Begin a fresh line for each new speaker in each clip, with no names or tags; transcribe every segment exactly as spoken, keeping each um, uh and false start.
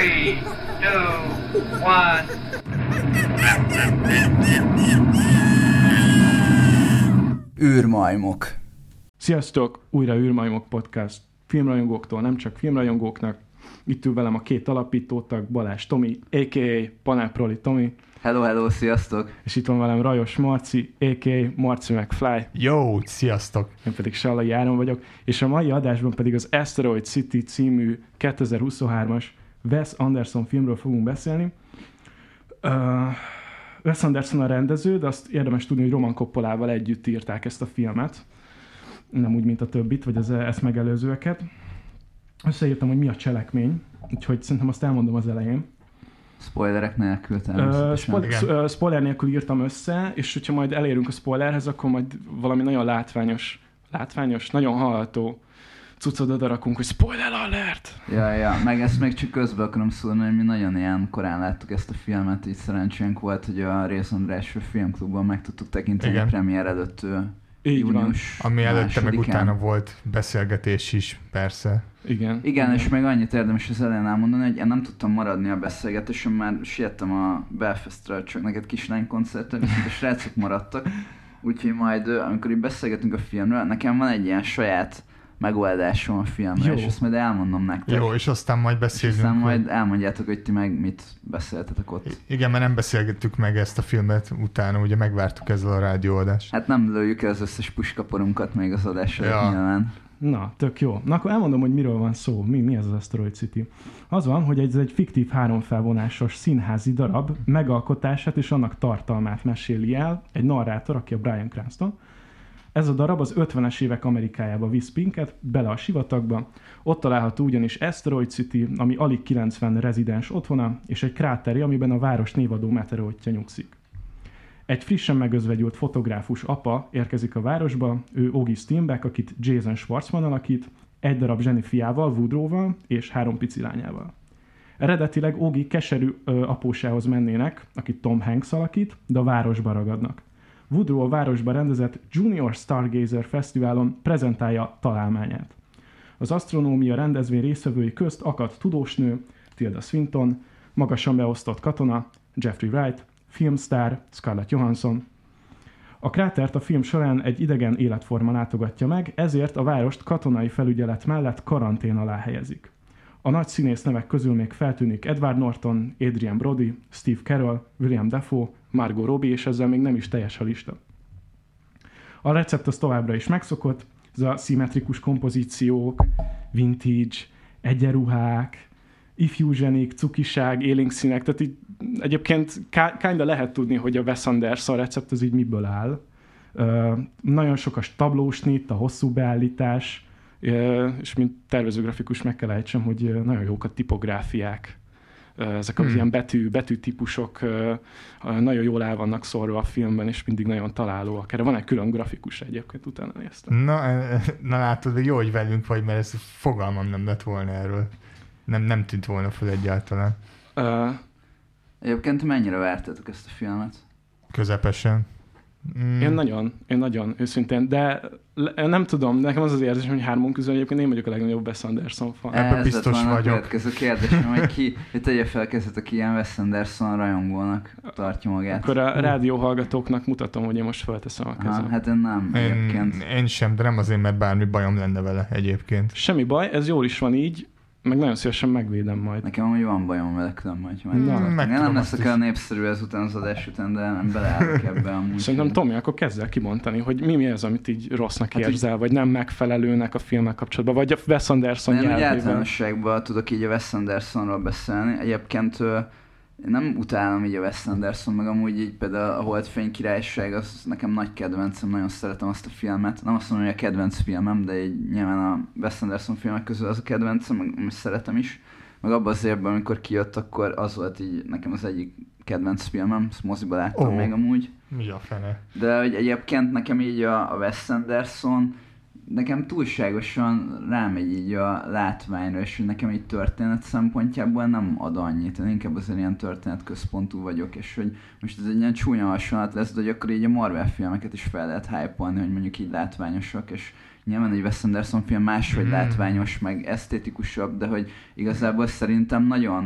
Three, two, one.
űrmajmok.
Sziasztok! Újra űrmajmok podcast. Filmrajongóktól, nem csak filmrajongóknak. Itt ül velem a két alapítótag, Balázs Tomi, á ká á. Panel Proli Tomi.
Hello, hello, sziasztok!
És itt van velem Rajos Marci, á ká á. Marci McFly.
Jó, sziasztok!
Én pedig Sallai Áron vagyok. És a mai adásban pedig az Asteroid City című kétezer-huszonhármas Wes Anderson filmről fogunk beszélni. Uh, Wes Anderson a rendező, de azt érdemes tudni, hogy Roman Coppolával együtt írták ezt a filmet. Nem úgy, mint a többit, vagy az ezt megelőzőeket. Összeírtam, hogy mi a cselekmény, úgyhogy szerintem azt elmondom az elején.
Spoilerek nélkül természetesen. Uh,
spoiler, spoiler nélkül írtam össze, és hogyha majd elérünk a spoilerhez, akkor majd valami nagyon látványos, látványos, nagyon hallható cuccot odarakunk, hogy spoiler alert!
Ja, ja, meg ezt még csak közben akarom szólni, hogy mi nagyon ilyen korán láttuk ezt a filmet, így szerencsénk volt, hogy a Rész első filmklubban meg tudtuk tekinteni a premier előtt június
Ami előtte meg
másodikán.
utána volt beszélgetés is, persze.
Igen.
Igen, és még annyit érdemes az elején elmondani, hogy én nem tudtam maradni a beszélgetésen, mert siettem a Belfastra, csak neked kislány koncertre, viszont a srácok maradtak. Úgyhogy majd, amikor így beszélgetünk a filmről, nekem van egy ilyen saját megoldásom a filmre,
Jó.
és ezt majd elmondom nektek.
Jó, és aztán majd beszélünk.
És aztán
hogy...
majd elmondjátok, hogy ti meg mit beszéltetek ott.
Igen, mert nem beszélgettük meg ezt a filmet utána, ugye megvártuk ezzel a rádióadást.
Hát nem lőjük el az összes puskaporunkat még az adásra
Ja.
nyilván.
Na, tök jó. Na akkor elmondom, hogy miről van szó. Mi, mi ez az Asteroid City? Az van, hogy ez egy fiktív háromfelvonásos színházi darab megalkotását és annak tartalmát meséli el egy narrátor, aki a Bryan Cranston. Ez a darab az ötvenes évek Amerikájába visz minket, bele a sivatagba. Ott található ugyanis Asteroid City, ami alig kilencven rezidens otthona, és egy kráteri, amiben a város névadó meteoroidja nyugszik. Egy frissen megözvegyült fotográfus apa érkezik a városba, ő August Strindberg, akit Jason Schwartzman alakít, egy darab zseni fiával, Woodrow-val és három pici lányával. Eredetileg Augie keserű ö, apósához mennének, akit Tom Hanks alakít, de a városba ragadnak. Woodrow a városban rendezett Junior Stargazer Fesztiválon prezentálja találmányát. Az asztronómia rendezvény résztvevői közt akadt tudósnő, Tilda Swinton, magasan beosztott katona, Jeffrey Wright, filmsztár, Scarlett Johansson. A krátert a film során egy idegen életforma látogatja meg, ezért a várost katonai felügyelet mellett karantén alá helyezik. A nagy színész nevek közül még feltűnik Edward Norton, Adrian Brody, Steve Carell, William Dafoe, Margot Robbie, és ezzel még nem is teljes a lista. A recept az továbbra is megszokott, ez a szimmetrikus kompozíciók, vintage, egyenruhák, ifjú zsenik, cukiság, élénk színek, tehát így egyébként kinda lehet tudni, hogy a Wes Anderson recept az így miből áll. Uh, nagyon sok a tablósnit, a hosszú beállítás, uh, és mint tervezőgrafikus meg kell ejtsem, hogy uh, nagyon jók a tipográfiák. Uh, ezek az hmm. ilyen betű, betűtípusok uh, uh, nagyon jól el vannak szórva a filmben, és mindig nagyon találóak. Erre van egy külön grafikus egyébként, utána néztem.
Na, na látod, jó, hogy velünk vagy, mert ez fogalmam nem lett volna erről. Nem, nem tűnt volna fel egyáltalán.
Uh,
Egyébként mennyire vártátok ezt a filmet?
Közepesen. Mm.
Én nagyon, én nagyon őszintén, de le, nem tudom, nekem az az érzés, hogy hármunk közül egyébként én vagyok a legnagyobb Wes Anderson fan.
Ebben
Ez
biztos
lett volna
vagyok.
A következő kérdésem, hogy ki, hogy tegye fel kezdet, aki ilyen Wes Anderson rajongónak tartja magát.
Akkor a rádióhallgatóknak mutatom, hogy én most felteszem a kezem.
Aha, hát én nem
Én,
egyébként.
én sem, de nem azért, mert bármi bajom lenne vele egyébként.
Semmi baj, ez jól is van így, meg nagyon szívesen megvédem majd.
Nekem amúgy van bajom vele külön, hogy majd.
Na,
Én
meg
nem
tudom
leszek
azt
olyan népszerű ezután az adás után, de nem beleállok ebbe amúgy.
Szerintem Tomi, akkor kezd el kimondani, hogy mi, mi az, amit így rossznak
Hát,
érzel, vagy nem megfelelőnek a filmmel kapcsolatban, vagy a Wes Anderson
Én úgy
nyelvében.
általánosságban tudok így a Wes Andersonról beszélni. Egyébként én nem utálom így a Wes Anderson, meg amúgy így például a Holdfény királyság, az nekem nagy kedvencem, nagyon szeretem azt a filmet. Nem azt mondom, hogy a kedvenc filmem, de így nyilván a Wes Anderson filmek közül az a kedvencem, meg, meg szeretem is. Meg abban az évben, amikor kijött, akkor az volt így nekem az egyik kedvenc filmem, ezt moziba láttam
Oh.
még amúgy.
Mi a fene?
De hogy egyébként nekem így a, a Wes Anderson, nekem túlságosan rámegy így a látványra, és hogy nekem így történet szempontjából nem ad annyit. Én inkább azért ilyen történetközpontú vagyok, és hogy most ez egy ilyen csúnya hasonlat lesz, de hogy akkor így a Marvel filmeket is fel lehet hype-olni, hogy mondjuk így látványosak, és nyilván egy Wes Anderson film máshogy mm. látványos, meg esztétikusabb, de hogy igazából szerintem nagyon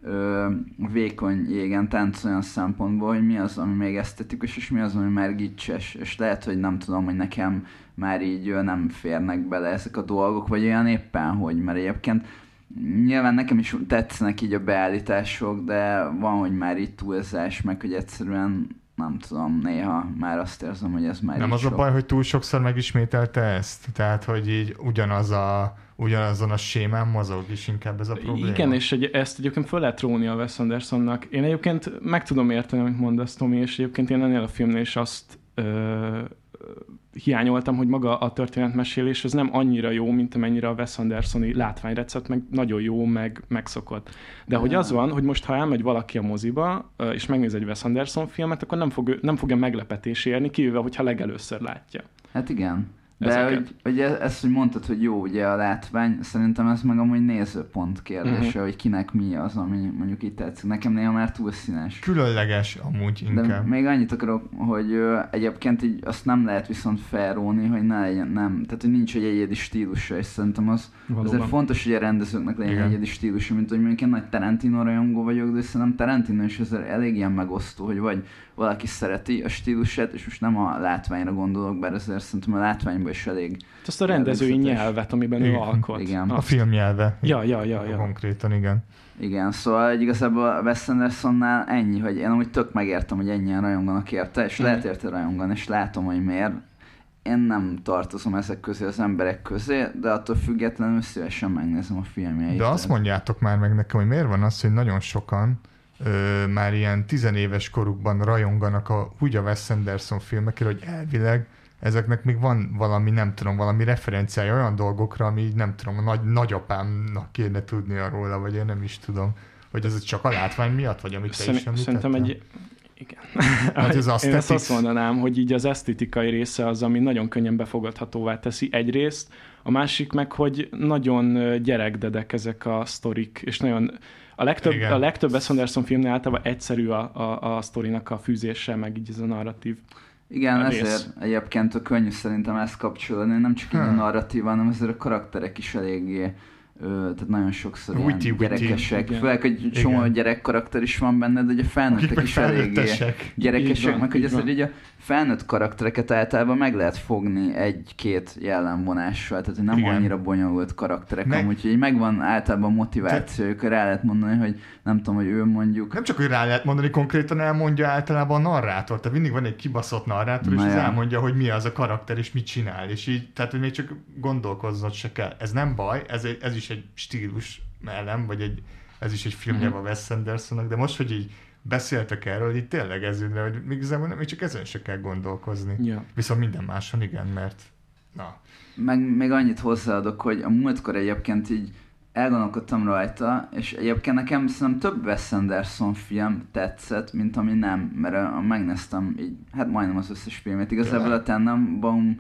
ö, vékony jégen tánc olyan szempontból, hogy mi az, ami még esztetikus, és mi az, ami már gicses. És lehet, hogy nem tudom, hogy nekem már így ö, nem férnek bele ezek a dolgok, vagy olyan éppen, hogy, mert egyébként nyilván nekem is tetszenek így a beállítások, de van, hogy már így túlzás, meg hogy egyszerűen nem tudom, néha már azt érzem, hogy ez már
Nem az sok. A baj, hogy túl sokszor megismételte ezt? Tehát, hogy így ugyanaz a, ugyanazon a sémán mozog is inkább ez a probléma?
Igen, és egy, ezt egyébként föl lehet róni a Wes Andersonnak. Én egyébként meg tudom érteni, amit mondasz, Tomi, és egyébként én ennél a filmnél is azt ö, hiányoltam, hogy maga a történetmesélés ez nem annyira jó, mint amennyire a Wes Andersoni látványrecept, meg nagyon jó, meg megszokott. De hogy az van, hogy most ha elmegy valaki a moziba, és megnéz egy Wes Anderson filmet, akkor nem, fog, nem fogja meglepetés érni, kivéve, hogyha legelőször látja.
Hát igen. De hogy, hogy ezt, hogy mondtad, hogy jó ugye a látvány, szerintem ez meg amúgy nézőpont kérdése, uh-huh. hogy kinek mi az, ami mondjuk itt tetszik. Nekem néha már túl színes.
Különleges amúgy inkább.
De még annyit akarok, hogy ö, egyébként így azt nem lehet viszont felróni, hogy ne legyen, nem. Tehát, hogy nincs egy egyedi stílusa, és szerintem az azért fontos, hogy a rendezőknek legyen egy egyedi stílusa, mint hogy mondjuk én nagy Tarantino rajongó vagyok, de szerintem Tarantino is azért elég ilyen megosztó, hogy vagy valaki szereti a stílusát, és most nem a látványra gondolok, bár azért szerintem a látványban is elég...
Azt a rendezői nyelvet, amiben igen. ő alkot.
Igen.
A film nyelve.
Ja, ja, ja, ja.
Konkrétan, igen.
Igen, szóval igazából a Wes Andersonnál ennyi, hogy én amúgy tök megértem, hogy ennyien rajonganak érte, és mm. lehet érte rajongani, és látom, hogy miért. Én nem tartozom ezek közé az emberek közé, de attól függetlenül szívesen megnézem a filmjeit.
De azt mondjátok már meg nekem, hogy miért van az, hogy nagyon sokan Ö, már ilyen tizenéves korukban rajonganak a, úgy a Wes Anderson filmekről, hogy elvileg ezeknek még van valami, nem tudom, valami referenciája olyan dolgokra, ami nem tudom, a nagy, nagyapámnak kéne tudnia róla, vagy én nem is tudom, hogy ez csak a látvány miatt, vagy amit te is említettem?
Szerintem egy... Igen.
Hát ez
Én ezt azt mondanám, hogy így az esztetikai része az, ami nagyon könnyen befogadhatóvá teszi egyrészt, a másik meg, hogy nagyon gyerekdedek ezek a sztorik, és nagyon... A legtöbb, a legtöbb Wes Anderson filmnél általában egyszerű a, a, a sztorinak a fűzése, meg így ez a narratív.
Igen, rész. Ezért egyébként a könnyű szerintem ezt kapcsolódni, nem csak így hmm. a narratív, hanem ezért a karakterek is eléggé, ö, tehát nagyon sokszor ilyen
witty,
gyerekesek.
witty.
Főleg, hogy csomó gyerek karakter is van benne, de ugye a felnőttek is eléggé gyerekesek, van, meg hogy azért így a felnőtt karaktereket általában meg lehet fogni egy-két jellemvonással, tehát hogy nem igen. annyira bonyolult karakterek, meg... amúgy, hogy megvan általában motivációjuk, Te... rá lehet mondani, hogy nem tudom, hogy ő mondjuk...
Nem csak, hogy rá lehet mondani, konkrétan elmondja általában a narrátor, tehát mindig van egy kibaszott narrátor, és az elmondja, hogy mi az a karakter, és mit csinál, és így, tehát hogy még csak gondolkoznod se kell. Ez nem baj, ez, egy, ez is egy stílus elem, vagy egy, ez is egy filmje mm-hmm. a Wes Andersonnak, de most, hogy így beszéltek erről, így tényleg ez jönne, hogy még, még csak ezen se kell gondolkozni. Ja. Viszont minden máson igen, mert na.
Meg még annyit hozzáadok, hogy a múltkor egyébként így elgondolkodtam rajta, és egyébként nekem szerintem több Wes Anderson film tetszett, mint ami nem, mert a, a megnéztem így, hát majdnem az összes filmét. Igazából a Tenenbaum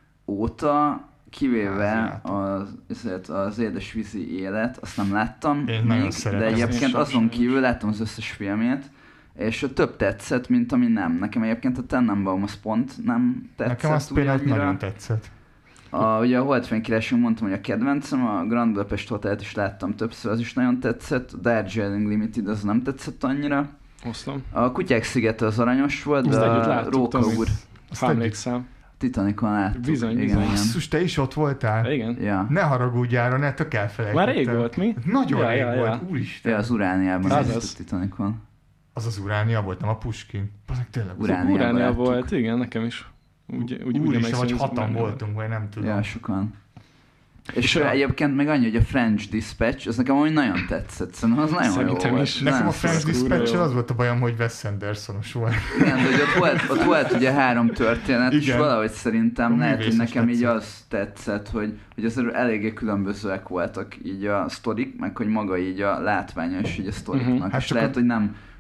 óta, kivéve az, az, az édesvízi élet, azt nem láttam
én
még, de egyébként azon kívül láttam az összes filmét, és több tetszett, mint ami nem. Nekem egyébként a Tenenbaum az pont nem tetszett.
Nekem azt például nagyon tetszett.
A, ugye a Holdfény Királyság mondtam, hogy a kedvencem, a Grand Budapest Hotelt is láttam többször, az is nagyon tetszett, a Darjeeling Limited az nem tetszett annyira.
Oszlom.
A Kutyák szigete az aranyos volt, de a Róka úr...
Azt emlékszem.
Titanicon láttuk.
Bizony,
igen,
bizony.
Basszus, te is ott voltál?
Igen.
Ja.
Ne haragudj arra, ne tök elfelejtettem.
Már rég volt, mi?
Nagyon
ja,
rég
ja,
volt,
ja.
úristen.
Ja, az Urániában
az
néztük
az.
Titanicon.
Az az Uránia volt, nem a Puskin. Az tényleg.
Urániában
Uránia volt, igen, nekem is. Úgy, úgy,
úristen, vagy hatan voltunk, vagy nem tudom.
Ja, sokan. És, és a... egyébként meg annyi, hogy a French Dispatch, az nekem amúgy nagyon tetszett, szerintem az nagyon
Szerintem
jó
is.
volt.
Nekem a French Dispatch az volt a bajom, hogy Wes Andersonos volt.
Igen, de hogy ott volt, ott volt ugye három történet, igen. És valahogy szerintem a lehet, hogy nekem tetszett. Így az tetszett, hogy, hogy azért eléggé különbözőek voltak így a sztorik, meg hogy maga így a látványa és így a sztoriknak. Uh-huh. Hát és lehet, a... hogy nem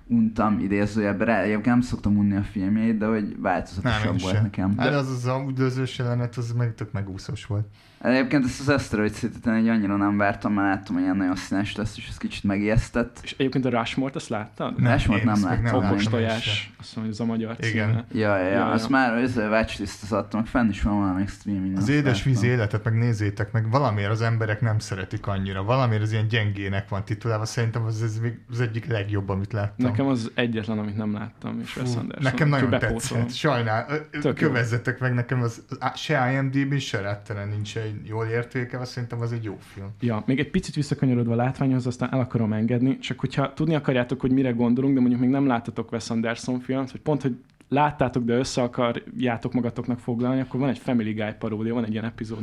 untam idézőjelben, rá, egyébként nem szoktam unni a filmjeit, de hogy változatosabb volt nekem.
Hát az az a üdvözlős jelenet, az meg tök megúszós volt.
Egyébként ezt az Asteroid City-t egy annyira nem vártam, mert láttam, hogy ilyen nagyon színes lesz, és ez kicsit megijesztett.
És egyébként a Rushmore-t azt láttad?
Nem, Rushmore-t nem láttam.
Fokos tojás, azt mondom, hogy ez a magyar
igen.
címe.
Ja, ja, ja, ja, azt ja. már ezzel watchlist-t adtam, meg fenn is van valami streaming.
Az édesvízi életet meg nézzétek meg, valamiért az emberek nem szeretik annyira, valamiért az ilyen gyengének van titulálva, szerintem az, ez még az egyik legjobb, amit láttam.
Nekem az egyetlen, amit nem láttam, és Wes Anderson.
Nekem nagyon tetszett, sajnál, kövezzetek meg, nekem az, se I M D B-n, se rettelen nincs egy jól értékelve, szerintem az egy jó film.
Ja, még egy picit visszakanyarodva a látványhoz, aztán el akarom engedni, csak hogyha tudni akarjátok, hogy mire gondolunk, de mondjuk még nem láttatok Wes Anderson filmet, hogy pont, hogy láttátok, de össze akarjátok magatoknak foglalni, akkor van egy Family Guy paródia, van egy ilyen epizód.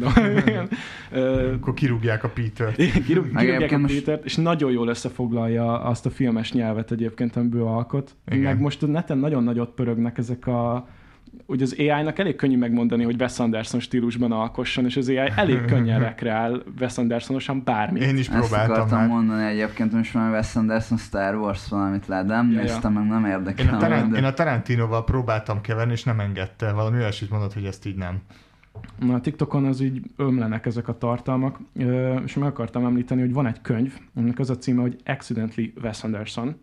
Akkor kirúgják a Petert.
Kirúg, kirúgják a Petert, és nagyon jól összefoglalja azt a filmes nyelvet egyébként, amiből alkot. Igen. Meg most a neten nagyon nagyot pörögnek ezek a ugye az á í-nak elég könnyű megmondani, hogy Wes Anderson stílusban alkosson, és az á í elég könnyen rekreál Wes Andersonosan bármit.
Én is próbáltam.
Ezt akartam
már.
mondani egyébként, most már Wes Anderson Star Wars valamit lát, de nem ja, néztem, ja. meg nem érdekel.
Én a, Tarant- de... én a Tarantinoval próbáltam keverni, és nem engedte. Valami olyasmit mondott, hogy ezt így nem.
Na, a TikTokon az így ömlenek ezek a tartalmak, és meg akartam említeni, hogy van egy könyv, aminek az a címe, hogy Accidentally Wes Anderson.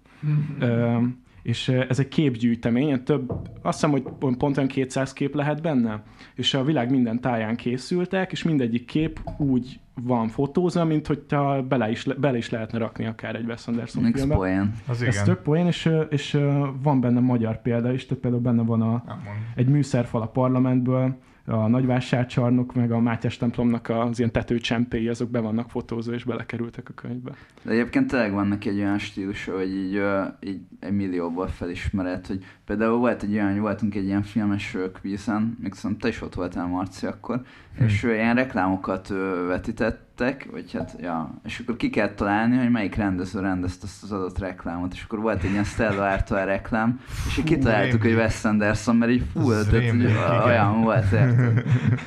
És ez egy képgyűjtemény, több, azt hiszem, hogy pont olyan kétszáz kép lehet benne, és a világ minden táján készültek, és mindegyik kép úgy van fotózva, mint hogyha bele is, bele is lehetne rakni akár egy Wes Anderson
Next
filmbe.
Poén.
Az
ez
igen.
tök poén, és, és van benne magyar példa is, tehát például benne van a, egy műszerfal a parlamentből, a Nagyvásárcsarnok, meg a Mátyás templomnak az ilyen tetőcsempéi, azok be vannak fotózva, és belekerültek a könyvbe.
De egyébként tényleg van neki egy olyan stílusa, hogy így, így egy millióból felismered, hogy például volt egy olyan, hogy voltunk egy ilyen filmes kvízen, még szerintem te is ott voltál, Marci, akkor, hmm. és ilyen reklámokat vetítettek, vagy hát, ja, és akkor ki kell találni, hogy melyik rendező rendezte azt az adott reklámot, és akkor volt egy ilyen Stella Artois reklám, és így kitaláltuk, hogy Wes Anderson, mert így fú, tehát olyan volt, érted?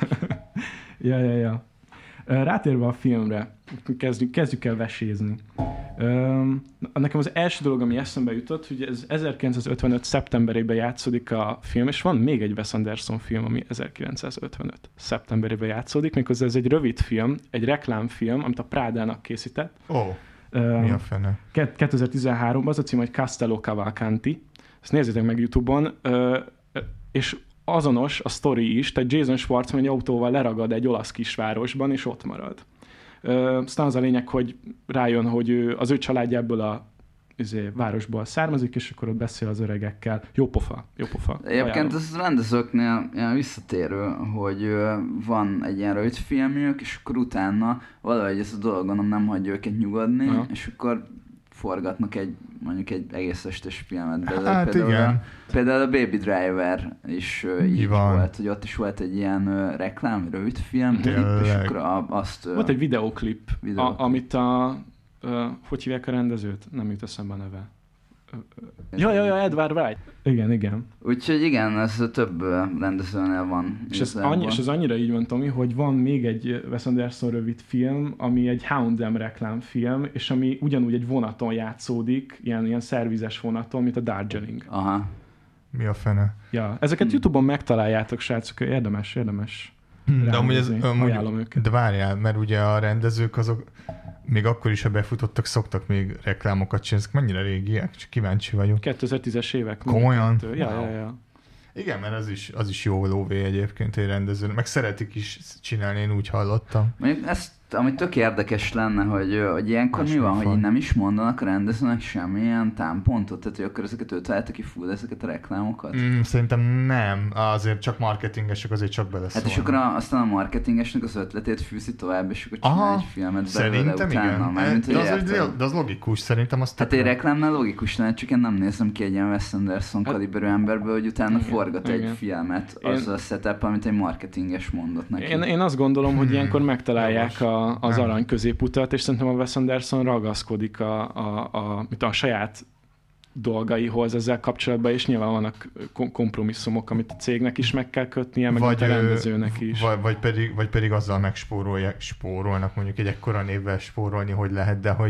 ja, ja, ja. Rátérve a filmre, kezdjük, kezdjük el vesézni. Um, nekem az első dolog, ami eszembe jutott, hogy ez ezerkilencszázötvenöt szeptemberében játszódik a film, és van még egy Wes Anderson film, ami ezerkilencszázötvenöt szeptemberében játszódik, méghozzá ez egy rövid film, egy reklámfilm, amit a Prádának készített.
Ó, oh, um, mi a fene?
kétezer-tizenháromban az a cím, hogy Castello Cavalcanti. Ezt nézzétek meg YouTube-on, uh, és azonos a sztori is, tehát Jason Schwartzman egy autóval leragad egy olasz kisvárosban, és ott marad. Aztán az a lényeg, hogy rájön, hogy ő, az ő családjából a izé, városból származik, és akkor ott beszél az öregekkel. Jó pofa, jó pofa.
Egyébként ez rendezőknél ilyen visszatérő, hogy van egy ilyen rövid filmjük, és akkor utána valahogy ez a dolgon nem hagyja őket nyugodni, aha. és akkor forgatnak egy, mondjuk egy egész estes filmet belőle.
Hát
például,
igen.
A, például a Baby Driver is uh, így
van.
volt, hogy ott is volt egy ilyen uh, reklám, rövid film, klip, és akkor a, azt... Uh,
volt egy videóklip,
videóklip.
A, amit a... Uh, hogy hívják a rendezőt? Nem jut eszembe a neve. Ja, ja, ja, Edward Wright. Igen, igen.
Úgyhogy igen, ez több rendezőnél van.
És ez, annyi, és ez annyira így van, Tomi, hogy van még egy Wes Anderson rövid film, ami egy H and M reklámfilm, és ami ugyanúgy egy vonaton játszódik, ilyen, ilyen szervizes vonaton, mint a Darjeeling.
Aha.
Mi a fene?
Ja, ezeket hmm. YouTube-on megtaláljátok, srácok, érdemes, érdemes.
De amúgy ez, amúgy, de várjál, mert ugye a rendezők azok még akkor is, ha befutottak, szoktak még reklámokat csinálni. Mennyire régiek? Csak kíváncsi vagyok.
kétezer-tízes évek.
Komolyan?
Ja, ja, ja.
Igen, mert az is, az is jó lóvé egyébként egy rendező. Meg szeretik is csinálni, én úgy hallottam.
Mondjuk ezt, ami tök érdekes lenne, hogy, hogy ilyenkor Más mi van, van, hogy nem is mondanak a rendezőnek semmilyen támpontot, tehát hogy akkor ezeket ő találta ki full ezeket a reklámokat?
Mm, szerintem nem, azért csak marketingesek, azért csak beleszólnak.
Hát és akkor a, aztán a marketingesnek az ötletét fűzi tovább, és akkor csinál egy filmet belőle utána. Már, mint,
de, az, de az logikus, szerintem azt...
Hát egy reklámnál logikus lenne, csak én nem nézem ki egy ilyen Wes Anderson hát, kaliberű emberből, hogy utána igen, forgat igen. egy filmet, az én, a setup, amit egy marketinges mondott neki.
Én, én azt gondolom, hogy ilyenkor megtalálják a, az nem. arany középutat, és szerintem a Wes Anderson ragaszkodik a, a, a, a, a saját dolgaihoz ezzel kapcsolatban, és nyilván vannak kompromisszumok, amit a cégnek is meg kell kötnie, meg vagy, a rendezőnek is.
Vagy, vagy, pedig, vagy pedig azzal megspórolják, spórolnak, mondjuk egy ekkora névvel spórolni, hogy lehet, de hogy,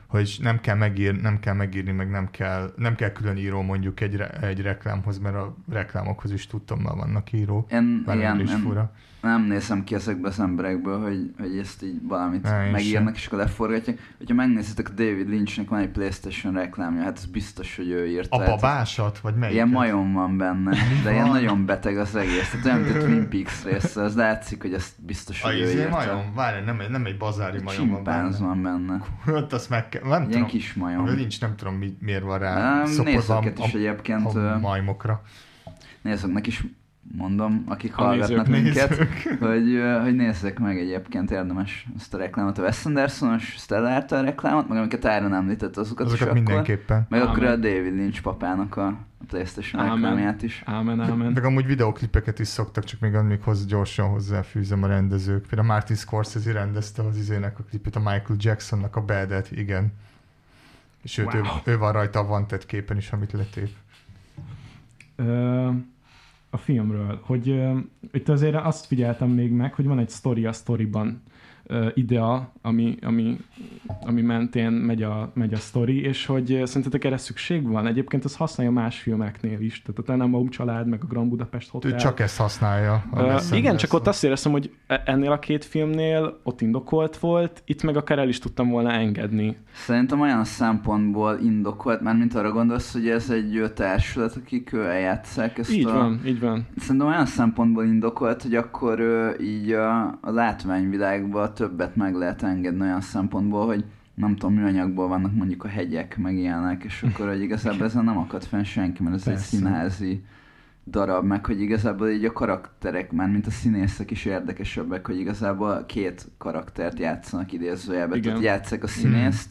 hogy nem kell, megír, nem kell megírni, meg nem kell, nem kell külön író mondjuk egy, re, egy reklámhoz, mert a reklámokhoz is tudtam, már vannak írók.
Én, igen,
is
én
fura.
nem nézem ki ezekből az emberekből, hogy, hogy ezt így valamit
ne,
megírnak, és akkor leforgatják. Hogyha megnézitek, a David Lynchnek van egy PlayStation reklámja, hát ez biztos, hogy ő írta.
A babásat? Vagy melyiket?
Ilyen majom van benne, de ilyen nagyon beteg az egész. Tehát olyan, mint a Twin Peaks része, az látszik, hogy ezt biztos, hogy
a
ő írta.
majom? Várj, nem, nem egy bazári majom van benne.
van benne.
Hát azt meg kell, nem
Ilyen
tudom.
kis majom.
Nincs, nem tudom mi, miért van rá.
Nézzük is egyébként.
A majmokra.
Nézzük is, mondom, akik
a
hallgatnak
nézők,
minket,
nézők.
hogy, hogy nézzék meg egyébként, érdemes ezt a reklámot, a Wes Anderson-os Stella által reklámot, meg amiket Áron említett, azokat,
azokat
is
mindenképpen.
Akkor, meg
Amen.
akkor a David Lynch papának a PlayStation
Amen.
reklámját is.
Ámen, ámen.
Meg amúgy videoklipeket is szoktak, csak még még hozzá, gyorsan hozzáfűzem a rendezők. Például Martin Scorsese rendezte az izének a klipet, a Michael Jacksonnak a Bad-et, igen. És őt,
Wow.
ő, ő van rajta a Wanted képen is, amit letép.
Ö, a filmről, hogy ö, itt azért azt figyeltem még meg, hogy van egy sztori a sztoriban ö, idea, ami, ami, ami mentén megy a, megy a sztori, és hogy ö, szerintetek erre szükség van? Egyébként az használja más filmeknél is, tehát a Tenenbaum család, meg a Grand Budapest Hotel.
Ő csak ezt használja. A
Ö,
Wes
igen,
Anderson.
csak ott azt éreztem, hogy ennél a két filmnél ott indokolt volt, itt meg akár el is tudtam volna engedni.
Szerintem olyan szempontból indokolt, már mint arra gondolsz, hogy ez egy ö, társulat, akik ö, eljátszák ezt
Így
a...
van, így van.
Szerintem olyan szempontból indokolt, hogy akkor ö, így a, a látványvilágban többet meg lehet engedni olyan szempontból, hogy nem tudom, műanyagból vannak mondjuk a hegyek, meg ilyenek, és akkor hogy igazából ezen nem akad fenn senki, mert ez
Persze.
egy színházi darab, meg hogy igazából így a karakterek, már mint a színészek is érdekesebbek, hogy igazából két karaktert játszanak idézőjelben.
Igen.
Tehát játsszák a színészt,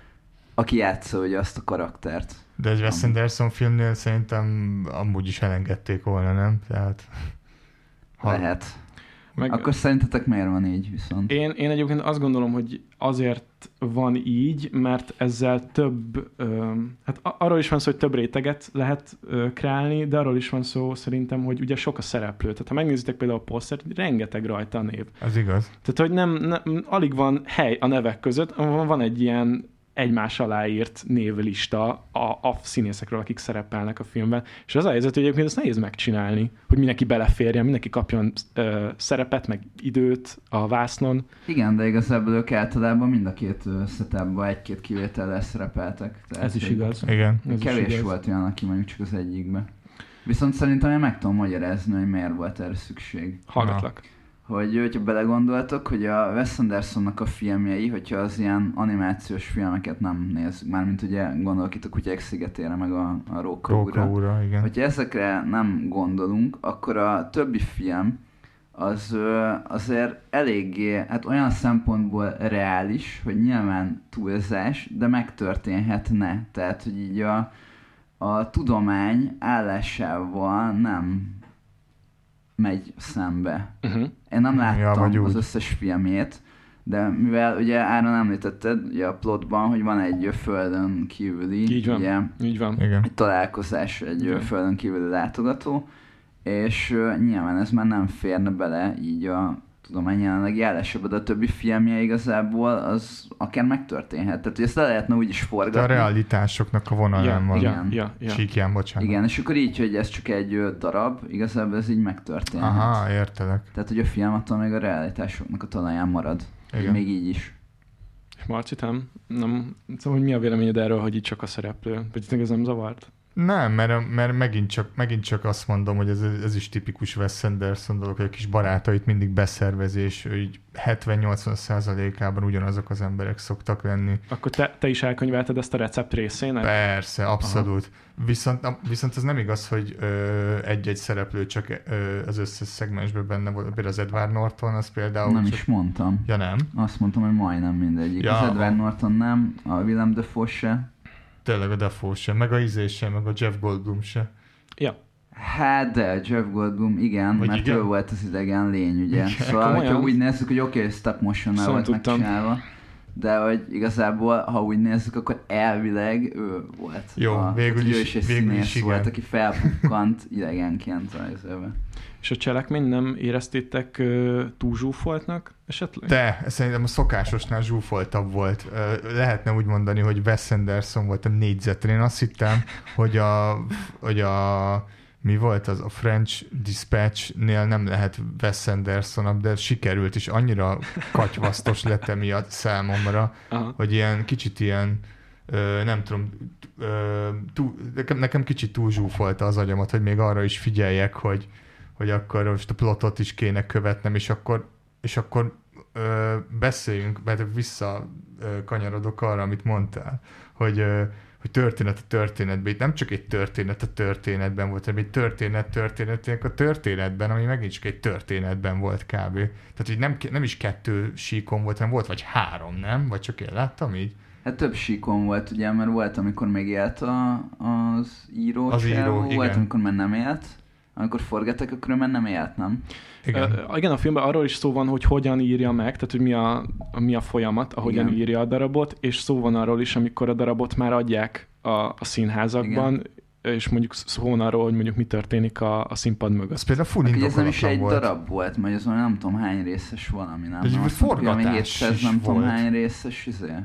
aki játsza ugye azt a karaktert.
De egy Wes Anderson filmnél szerintem amúgy is elengedték volna, nem? Tehát...
Ha... Lehet.
Meg...
Akkor szerintetek miért van így viszont?
Én, én egyébként azt gondolom, hogy azért van így, mert ezzel több, ö, hát arról is van szó, hogy több réteget lehet ö, kreálni, de arról is van szó szerintem, hogy ugye sok a szereplő. Tehát ha megnézitek például a posztert, rengeteg rajta a név.
Az igaz.
Tehát, hogy nem, nem, alig van hely a nevek között, van egy ilyen egymás alá írt névlista a, a színészekről, akik szerepelnek a filmben. És az a helyzet, hogy egyébként ezt nehéz megcsinálni, hogy mindenki beleférjen, mindenki kapjon ö, szerepet, meg időt a vásznon.
Igen, de igazából ők általában mind a két setupban egy-két kivétellel szerepeltek. Tehát
Ez is igaz.
Igen.
Ez
kevés
is igaz.
volt olyan, aki mondjuk csak az egyikbe. Viszont szerintem én meg tudom magyarázni, hogy miért volt erre szükség.
Hallgatlak.
Hogy, hogyha belegondoltok, hogy a Wes Andersonnak a filmjei, hogyha az ilyen animációs filmeket nem nézzük, mármint ugye gondolok itt a Kutyák szigetére, meg a, a Róka
Róka
úrra.
úrra, igen.
Hogyha ezekre nem gondolunk, akkor a többi film az ö, azért eléggé, hát olyan szempontból reális, hogy nyilván túlzás, de megtörténhetne. Tehát, hogy így a, a tudomány állásával nem megy szembe.
Uh-huh.
Én nem
Ja,
láttam
vagy
az
úgy.
összes filmjét, de mivel ugye Áron említetted ugye a plotban, hogy van egy földön kívüli
Így van.
ugye,
Így van.
Igen.
egy találkozás egy
Igen.
ö, földön kívüli látogató, és ö, nyilván ez már nem férne bele így a tudomány jelenlegi állásában, de a többi filmje igazából az akár megtörténhet. Tehát, hogy ezt le lehetne úgy is
De
forgatni.
a realitásoknak a vonalán
Ja,
van.
ja, ja, ja.
Síkján, bocsánat.
Igen, és akkor így, hogy ez csak egy ö, darab, igazából ez így megtörténhet.
Aha, értelek.
Tehát, hogy a film attól még a realitásoknak a talaján marad.
Igen.
Még így is.
És Marci, nem? nem? Szóval, hogy mi a véleményed erről, hogy itt csak a szereplő? Vagy tényleg ez nem zavart?
Nem, mert, mert megint, csak, megint csak azt mondom, hogy ez, ez is tipikus Wes Anderson dolog, hogy a kis barátait mindig beszervezi, és ő így hetven-nyolcvan százalékában ugyanazok az emberek szoktak lenni.
Akkor te, te is elkönyvelted ezt a recept részének?
Persze, abszolút. Viszont, viszont az nem igaz, hogy ö, egy-egy szereplő csak ö, az összes szegmensben benne volt. Például az Edward Norton, az például...
Nem
csak...
is mondtam.
Ja, nem?
Azt mondtam, hogy majdnem mindegyik.
Ja,
Az Edward
a-
Norton nem, a Willem Dafoe se.
Tényleg a Dafoe sem, meg a Izé sem, meg a Jeff Goldblum se.
Ja.
Hát de, Jeff Goldblum, igen,
Vagy
mert
igen?
ő volt az idegen lény, ugye.
Igen,
Szóval,
komolyan?
hogyha úgy nézzük, hogy oké, okay, stop motion-nal
Szóval
volt
tudtam.
megcsinálva, de hogy igazából, ha úgy nézzük, akkor elvileg ő volt.
Jó,
a,
végül is,
ő is egy
végül
színész
is igen.
volt, aki felbukkant idegenként rajzolva.
És a cselekmény nem éreztétek uh, túl zsúfoltnak esetleg?
De, szerintem a szokásosnál zsúfoltabb volt. Lehetne úgy mondani, hogy Wes Anderson volt a négyzetre. Én azt hittem, hogy a, hogy a mi volt az, a French Dispatch-nél nem lehet Wes Anderson, de sikerült, és annyira katyvasztos lett emiatt számomra,
Aha.
hogy ilyen kicsit ilyen, ö, nem tudom, ö, túl, nekem, nekem kicsit túl zsúfolta az agyamat, hogy még arra is figyeljek, hogy, hogy akkor most a plotot is kéne követnem, és akkor, és akkor ö, beszéljünk, mert vissza ö, kanyarodok arra, amit mondtál, hogy ö, hogy történet a történetben. Itt nem csak egy történet a történetben volt, hanem egy történet történetének a történetben, ami megint csak egy történetben volt kb. Tehát, hogy nem, nem is kettő síkon volt, hanem volt vagy három, nem? Vagy csak én láttam így?
Hát több síkon volt, ugye, mert volt, amikor még élt a, az író,
Az író,
volt,
igen.
amikor már nem élt. Amikor forgattak, akkor már nem élt, nem?
Igen.
Uh, igen, a filmben arról is szó van, hogy hogyan írja meg, tehát hogy mi a, a, mi a folyamat, ahogyan igen. írja a darabot, és szó van arról is, amikor a darabot már adják a, a színházakban, igen. és mondjuk szó van arról, hogy mondjuk mi történik a, a színpad mögött.
Ez például full
ez nem is egy
volt.
darab volt, mert ez nem tudom hány részes valami, nem?
Ez
nem
egy forgatás
hétszáz,
is
nem tudom
volt.
hány részes, izé.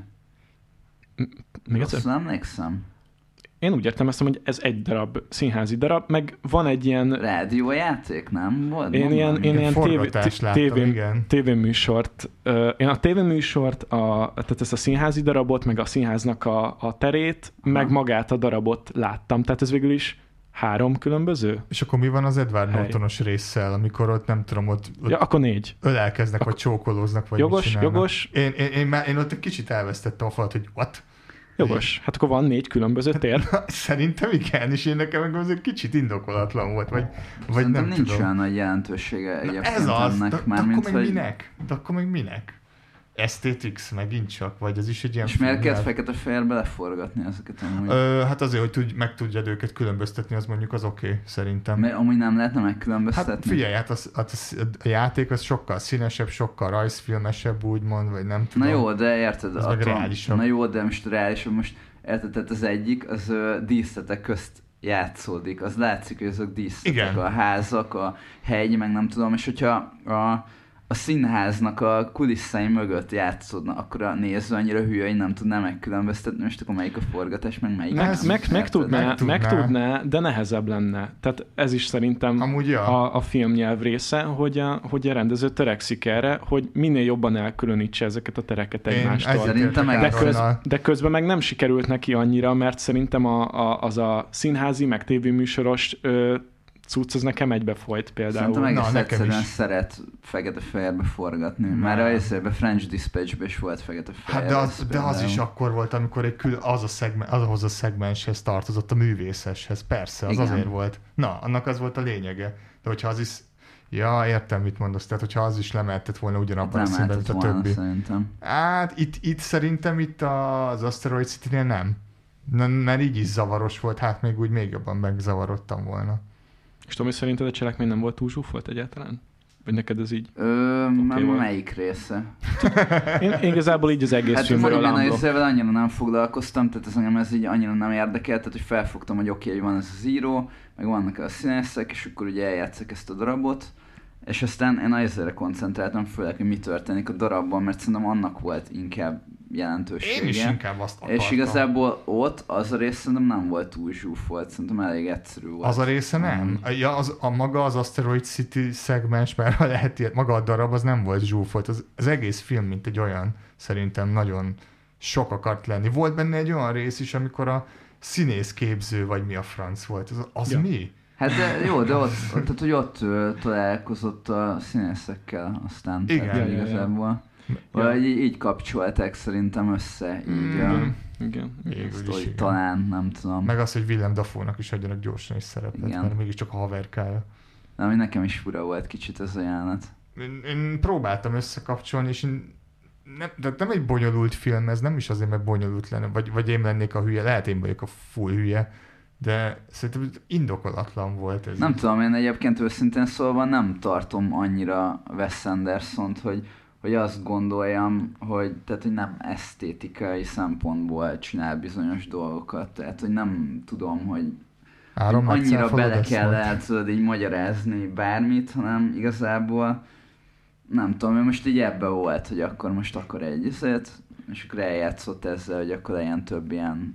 Még
Azt
egyszer?
nem emlékszem.
Én úgy értelmeztem, hogy ez egy darab színházi darab, meg van egy ilyen...
Rádiójáték, nem? Volt?
Én ilyen, én ilyen tévé,
forgatást láttam,
tévé,
igen.
tévéműsort, uh, én a tévéműsort, a, tehát ezt a színházi darabot, meg a színháznak a, a terét,
aha.
meg magát a darabot láttam. Tehát ez végül is három különböző?
És akkor mi van az Edward
Hely.
Nortonos résszel, amikor ott nem tudom, ott, ott
Ja, akkor négy.
ölelkeznek,
Ak-
vagy csókolóznak, vagy
Jogos,
mit csinálnak.
jogos.
Én, én, én, már, én ott egy kicsit elvesztettem a falat, hogy what?
Jogos. Hát akkor van négy különböző tér.
Szerintem igen, és én nekem meg az egy kicsit indokolatlan volt, vagy, vagy
Szerintem
nem
nincs
tudom.
olyan nagy jelentősége egyébként
Ez az,
ennek.
de, de
már,
akkor
mint,
meg
hogy...
minek? De akkor meg minek? Aesthetics megint csak, vagy ez is egy ilyen
És miért
film,
kell
hát-
fekete-fehérbe leforgatni ezeket amúgy?
Ö, hát azért, hogy tudj, meg tudjad őket különböztetni, az mondjuk az oké, okay, szerintem.
Mert amúgy nem lehetne megkülönböztetni?
Hát figyelj, hát az, hát az, a játék az sokkal színesebb, sokkal rajzfilmesebb, úgymond, vagy nem tudom.
Na jó, de érted,
Ez meg
attól-
reálisabb.
Na jó, de most reálisabb, most érted, tehát az egyik, az ö, díszletek közt játszódik, az látszik, hogy azok díszletek,
Igen.
a házak, a hegy, meg nem tudom, és hogyha a, a színháznak a kulisszái mögött játszódna, akkor a néző annyira hülye, hogy nem tudná megkülönböztetni, most akkor melyik a forgatás, meg melyik
Meg,
nem.
meg, meg,
Érted?
tudná,
Meg tudná.
meg tudná, de nehezebb lenne. Tehát ez is szerintem
Amúgy ja.
a, a filmnyelv része, hogy a, hogy a rendező törekszik erre, hogy minél jobban elkülönítse ezeket a tereket
Én
egymástól.
ezért
Szerintem
értek
meg-
De, köz,
Áronnal.
de közben meg nem sikerült neki annyira, mert szerintem a, a, az a színházi, meg tévéműsoros ö, cucc, az nekem egybe folyt például.
Szerintem egész
Na, nekem
egyszerűen
is.
szeret fekete-fehérbe forgatni.
Nem.
Már a French Dispatch-ben is volt fekete-fehér.
Hát de az, de az
például.
is akkor volt, amikor egy kül, az a szegmen, azhoz a szegmenshez tartozott, a művészeshez. Persze, az
Igen.
azért volt. Na, annak az volt a lényege. De hogyha az is... Ja, értem, mit mondasz. Tehát, hogyha az is lemeltett volna ugyanabban a
Nem
színben, mint
lehetett
a
volna,
többi.
szerintem.
Hát itt, itt szerintem itt az Asteroid City-nél nem. Na, mert így is zavaros volt, hát még úgy még jobban megzavarodtam volna.
És Tomi, szerinted a cselekmény nem volt túl zsúfolt egyáltalán? Vagy neked ez így?
Ö,
Oké, van.
melyik része?
Én, én igazából így az egész
Hát
filmről
mondom, én
unblock.
ezzel annyira nem foglalkoztam, tehát ez engem ez így annyira nem érdekelt, tehát hogy felfogtam, hogy oké, okay, hogy van ez az író, meg vannak a színészek, és akkor ugye eljátszak ezt a darabot, és aztán én ezzel koncentráltam, főleg, hogy mi történik a darabban, mert szerintem annak volt inkább jelentősége.
Én is inkább azt akartam.
És igazából ott az a rész szerintem nem volt túl zsúfolt, szerintem elég egyszerű volt.
Az a része nem? Ja, az, a maga az Asteroid City szegmens, mert ha lehet ilyet, maga a darab, az nem volt zsúfolt. Az, az egész film, mint egy olyan, szerintem nagyon sok akart lenni. Volt benne egy olyan rész is, amikor a színészképző, vagy mi a franc volt. Az, az
Ja.
mi?
Hát de jó, de ott, ott, tehát, hogy ott ö, találkozott a színészekkel aztán.
Igen.
Tehát,
Ja, ja, ja.
igazából. Vagy így, így kapcsolták szerintem össze. Így
Mm.
a
Igen, igen.
Végül
azt,
is,
hogy
igen.
talán, nem tudom.
Meg az, hogy Willem Dafoe-nak is adjanak gyorsan egy szerepet,
Igen.
mert mégiscsak a haverkája.
De ami nekem is fura volt kicsit ez a jelenet.
Én, én próbáltam összekapcsolni, és én nem, de nem egy bonyolult film, ez nem is azért, mert bonyolult lenne, vagy, vagy én lennék a hülye, lehet én vagyok a full hülye, de szerintem indokolatlan volt ez.
Nem tudom, én egyébként őszintén szólva nem tartom annyira Wes Andersont, hogy hogy azt gondoljam, hogy, tehát, hogy nem esztétikai szempontból csinál bizonyos dolgokat, tehát hogy nem tudom, hogy
Áron
annyira bele kell el tudod így magyarázni bármit, hanem igazából nem tudom, ő most így ebbe volt, hogy akkor most akar egy izét, és akkor eljátszott ezzel, hogy akkor legyen több ilyen,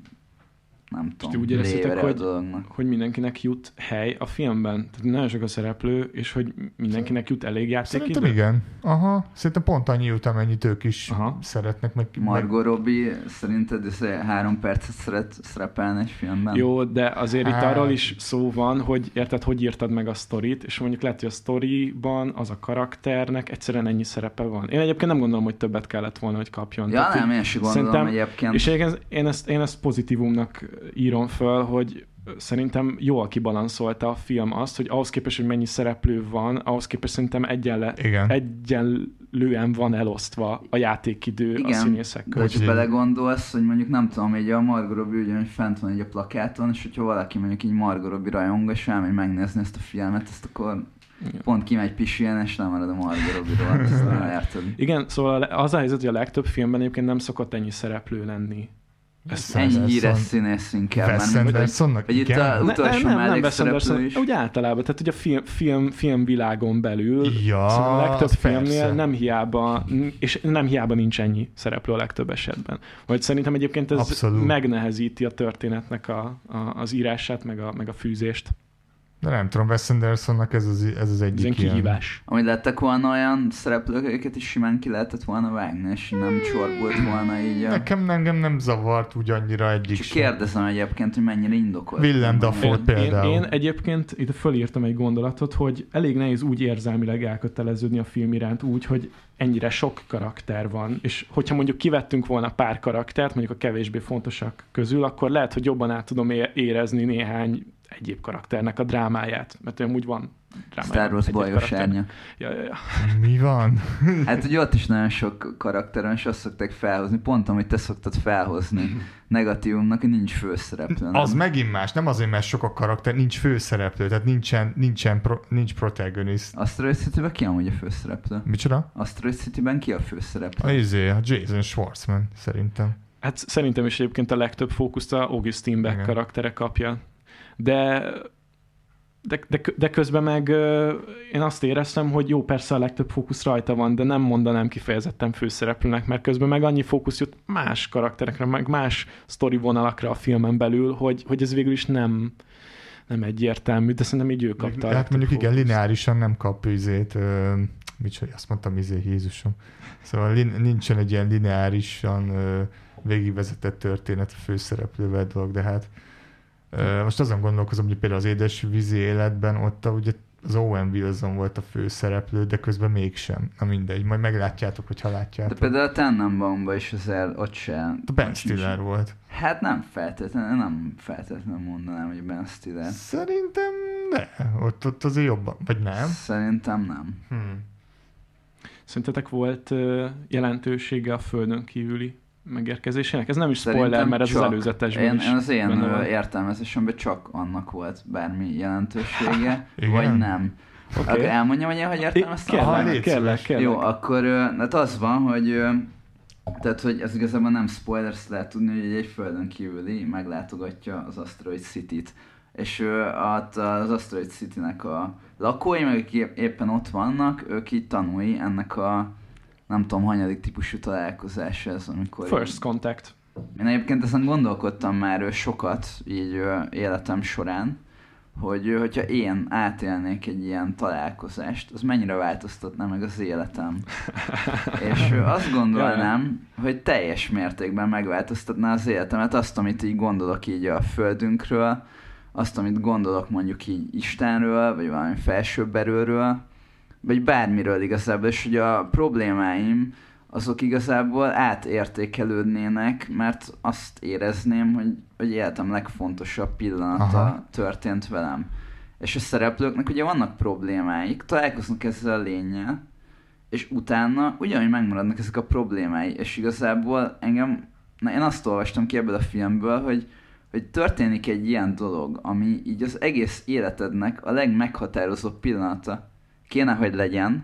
nem tudom,
úgy éreztétek,
a
hogy,
dolognak.
hogy mindenkinek jut hely a filmben? Tehát nagyon sok a szereplő, és hogy mindenkinek jut elég játékidő?
Szerintem igen. Aha, szerintem pont annyi jut, amennyit ők is
Aha.
szeretnek. Meg,
Margot Robbie szerinted ez három percet szeret szerepelni egy filmben?
Jó, de azért
Hát.
itt arról is szó van, hogy érted, hogy írtad meg a sztorit, és mondjuk lehet, hogy a sztoriban az a karakternek egyszerűen ennyi szerepe van. Én egyébként nem gondolom, hogy többet kellett volna, hogy kapjon.
Ja,
Tehát
nem,
így-
én sem gondolom
szerintem-
egyébként.
És egyébként én ezt, én ezt pozitívumnak írom föl, hogy szerintem jól kibalanszolta a film azt, hogy ahhoz képest, hogy mennyi szereplő van, ahhoz képest szerintem egyenle,
Igen.
egyenlően van elosztva a játékidő
Igen,
a színészek
de
között.
hogyha belegondolsz, hogy mondjuk nem tudom, így a Margot Robbie ugyanúgy fent van így a plakáton, és hogyha valaki mondjuk így Margot Robbie rajongó, és elmegy megnézni ezt a filmet, ezt akkor
Igen.
pont kimegy pisilyen, és nem marad a Margot Robbie-ról, ezt nem érted.
Igen, szóval az a helyzet, hogy a legtöbb filmben egyébként nem szokott ennyi szereplő lenni.
Wes
Ennyi
Anderson.
híres színész inkább.
Wes
mármint, hogy-
Andersonnak,
hogy itt
igen.
a- utolsó mellékszereplő is.
Úgy általában, tehát hogy a film, film, filmvilágon belül
Ja,
szóval a legtöbb
az
filmnél
persze.
nem hiába, és nem hiába nincs ennyi szereplő a legtöbb esetben. Vagy szerintem egyébként ez
Abszolút.
megnehezíti a történetnek a, a, az írását, meg a, meg a fűzést.
De nem tudom, Wes Andersonnak ez az, ez az
Ez
egyik
ilyen
ilyen.
kihívás.
Amúgy lettek volna olyan szereplők, őket is simán ki lehetett volna vágni, és nem csorbult volna így a...
Nekem engem nem zavart úgy annyira egyik
Csak
sem.
kérdezem egyébként, hogy mennyire indokolt.
Willem Dafoe. Volt
Én, én,
például.
én egyébként itt fölírtam egy gondolatot, hogy elég nehéz úgy érzelmileg elköteleződni a film iránt úgy, hogy ennyire sok karakter van, és hogyha mondjuk kivettünk volna pár karaktert, mondjuk a kevésbé fontosak közül, akkor lehet, hogy jobban át tudom é- érezni néhány egyéb karakternek a drámáját, mert olyan úgy van drámája.
Star Wars
egy-egy
bajos
karakternek.
árnya.
Ja, ja, ja.
Mi van?
Hát ugye ott is nagyon sok karakter van, és azt szokták felhozni, pont amit te szoktad felhozni negatívumnak, hogy nincs főszereplő. nem?
Az megint más, nem azért, mert sok a karakter, nincs főszereplő, tehát nincsen, nincsen pro, nincs protagonist.
Asteroid City-ben ki amúgy a főszereplő?
Micsoda?
Asteroid City-ben ki a főszereplő?
A izé, a Jason Schwartzman, szerintem.
Hát szerintem is egyébként a legtöbb fókuszt a Augustine Beck
Igen.
karaktere kapja. De, de, de, de közben meg ö, én azt éreztem, hogy jó, persze a legtöbb fókusz rajta van, de nem mondanám kifejezetten főszereplőnek, mert közben meg annyi fókusz jut más karakterekre, meg más sztori vonalakra a filmen belül, hogy, hogy ez végül is nem, nem egyértelmű, de szerintem így ő kapta. a
Hát
legtöbb
mondjuk igen,
fókuszt.
lineárisan nem kap izét, ö, micsoda, azt mondtam izé, Jézusom. Szóval lin, nincsen egy ilyen lineárisan ö, végigvezetett történet a főszereplővel dolog, de hát ö, most azon gondolkozom, hogy például az édesvízi életben ott a, ugye az Owen Wilson volt a főszereplő, de közben mégsem. Na mindegy, majd meglátjátok, hogyha
De
látjátok.
például a Tannenbaumban is azért ott se...
A Ben Stiller volt.
Hát nem feltétlenül, nem feltétlenül mondanám, hogy Ben Stiller.
Szerintem ne, ott, ott azért jobban, vagy nem?
Szerintem nem.
Hmm.
Szerintetek volt ö, jelentősége a Földön kívüli megérkezésének? Ez nem is spoiler,
Szerintem
mert ez
csak.
az előzetesben
Én,
is
én az én
benne
ö,
van.
értelmezésemben csak annak volt bármi jelentősége,
Igen?
vagy nem.
Oké.
Akkor elmondjam, hogy én hogy értelmeztem?
Kérlek,
Aha, légy
kérlek,
szíves.
kérlek.
Jó, akkor ö, hát az van, hogy ö, tehát, hogy ez igazából nem spoiler, ezt lehet tudni, hogy egy földön kívüli meglátogatja az Asteroid City-t. És ö, at- az Asteroid City-nek a lakói, meg akik épp- éppen ott vannak, ők így tanulni ennek a nem tudom, hanyadik típusú találkozás ez, amikor...
First Contact.
Én egyébként ezen gondolkodtam már ö, sokat így ö, életem során, hogy ö, hogyha én átélnék egy ilyen találkozást, az mennyire változtatná meg az életem. És ö, azt gondolnám, hogy teljes mértékben megváltoztatná az életemet, azt, amit így gondolok így a földünkről, azt, amit gondolok mondjuk így Istenről, vagy valami felsőbb erőről, vagy bármiről igazából, és hogy a problémáim azok igazából átértékelődnének, mert azt érezném, hogy, hogy életem legfontosabb pillanata
Aha.
történt velem. És a szereplőknek ugye vannak problémáik, találkoznak ezzel a lénnyel, és utána ugyanúgy megmaradnak ezek a problémái, és igazából engem, na én azt olvastam ki ebből a filmből, hogy, hogy történik egy ilyen dolog, ami így az egész életednek a legmeghatározóbb pillanata kéne, hogy legyen,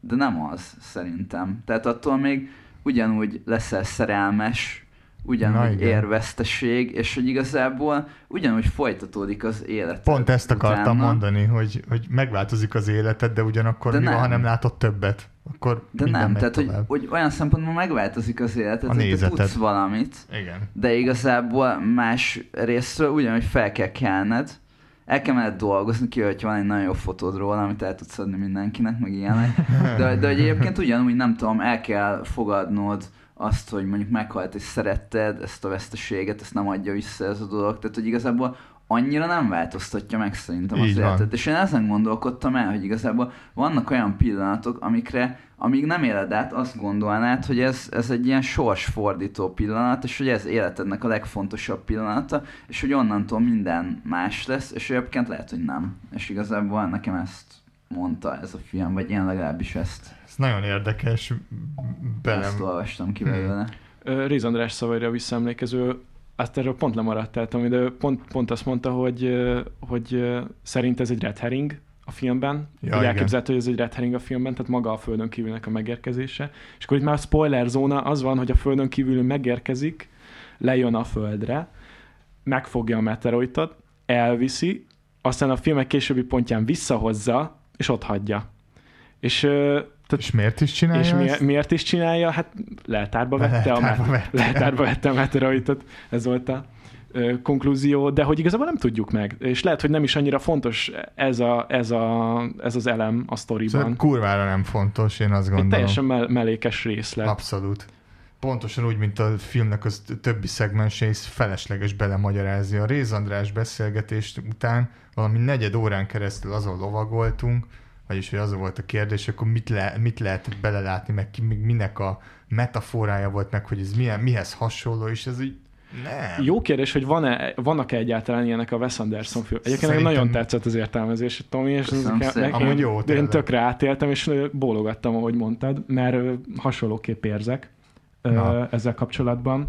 de nem az szerintem. Tehát attól még ugyanúgy leszel szerelmes, ugyanúgy ér veszteség, és hogy igazából ugyanúgy folytatódik az élet.
Pont ezt akartam utána mondani, hogy, hogy megváltozik az életed, de ugyanakkor de mi van, ha nem látod többet? Akkor
de nem, tehát hogy, hogy olyan szempontból megváltozik az életed,
hogy te
tudsz valamit,
igen.
de igazából más részről ugyanúgy fel kell kelned, el kell menned dolgozni, ki, hogy van egy nagyon jó fotód róla, amit el tudsz adni mindenkinek, meg ilyenek. De, de hogy egyébként ugyanúgy nem tudom, el kell fogadnod azt, hogy mondjuk meghalt és szeretted ezt a veszteséget, ezt nem adja vissza ez a dolog. Tehát, hogy igazából annyira nem változtatja meg szerintem az életet. És én ezen gondolkodtam el, hogy igazából vannak olyan pillanatok, amikre, amíg nem éled át, azt gondolnád, hogy ez, ez egy ilyen sorsfordító pillanat, és hogy ez életednek a legfontosabb pillanata, és hogy onnantól minden más lesz, és egyébként lehet, hogy nem. És igazából nekem ezt mondta ez a film, vagy én legalábbis ezt.
Ez nagyon érdekes. Belem.
Ezt olvastam ki belőle.
Hmm. Réz András szavaira visszaemlékező, azt erről pont lemaradtáltam, de pont, pont azt mondta, hogy, hogy szerint ez egy red herring a filmben. Ja, hogy elképzelhető, hogy ez egy red herring a filmben, tehát maga a Földön kívülnek a megérkezése. És akkor itt már a spoiler zóna az van, hogy a Földön kívül megérkezik, lejön a Földre, megfogja a meteoroitot, elviszi, aztán a filmek későbbi pontján visszahozza, és ott hagyja. És, tehát,
és miért is csinálja
És
ezt?
mi, miért is csinálja? Hát leltárba vette, leltárba a, vette. leltárba vette a meteoroitot. Ez volt a ö, konklúzió, de hogy igazából nem tudjuk meg. És lehet, hogy nem is annyira fontos ez, a, ez, a, ez az elem a sztoriban.
Szóval kurvára nem fontos, én azt gondolom.
Egy teljesen mell- mellékes részlet.
Abszolút. Pontosan úgy, mint a filmnek az többi szegmensei, felesleges belemagyarázni. A Réz András beszélgetést után valami negyed órán keresztül azon lovagoltunk, vagyis hogy az volt a kérdés, akkor mit, le, mit lehet belelátni, meg ki, minek a metaforája volt, meg hogy ez milyen, mihez hasonló, és ez így nem.
Jó kérdés, hogy van-e, vannak-e egyáltalán ilyenek a Wes Anderson film. Egyébként Szerintem... nagyon tetszett az értelmezés, Tomi, és én,
jó,
én tökre átéltem, és bólogattam, ahogy mondtad, mert hasonlóképp érzek Na. ezzel kapcsolatban.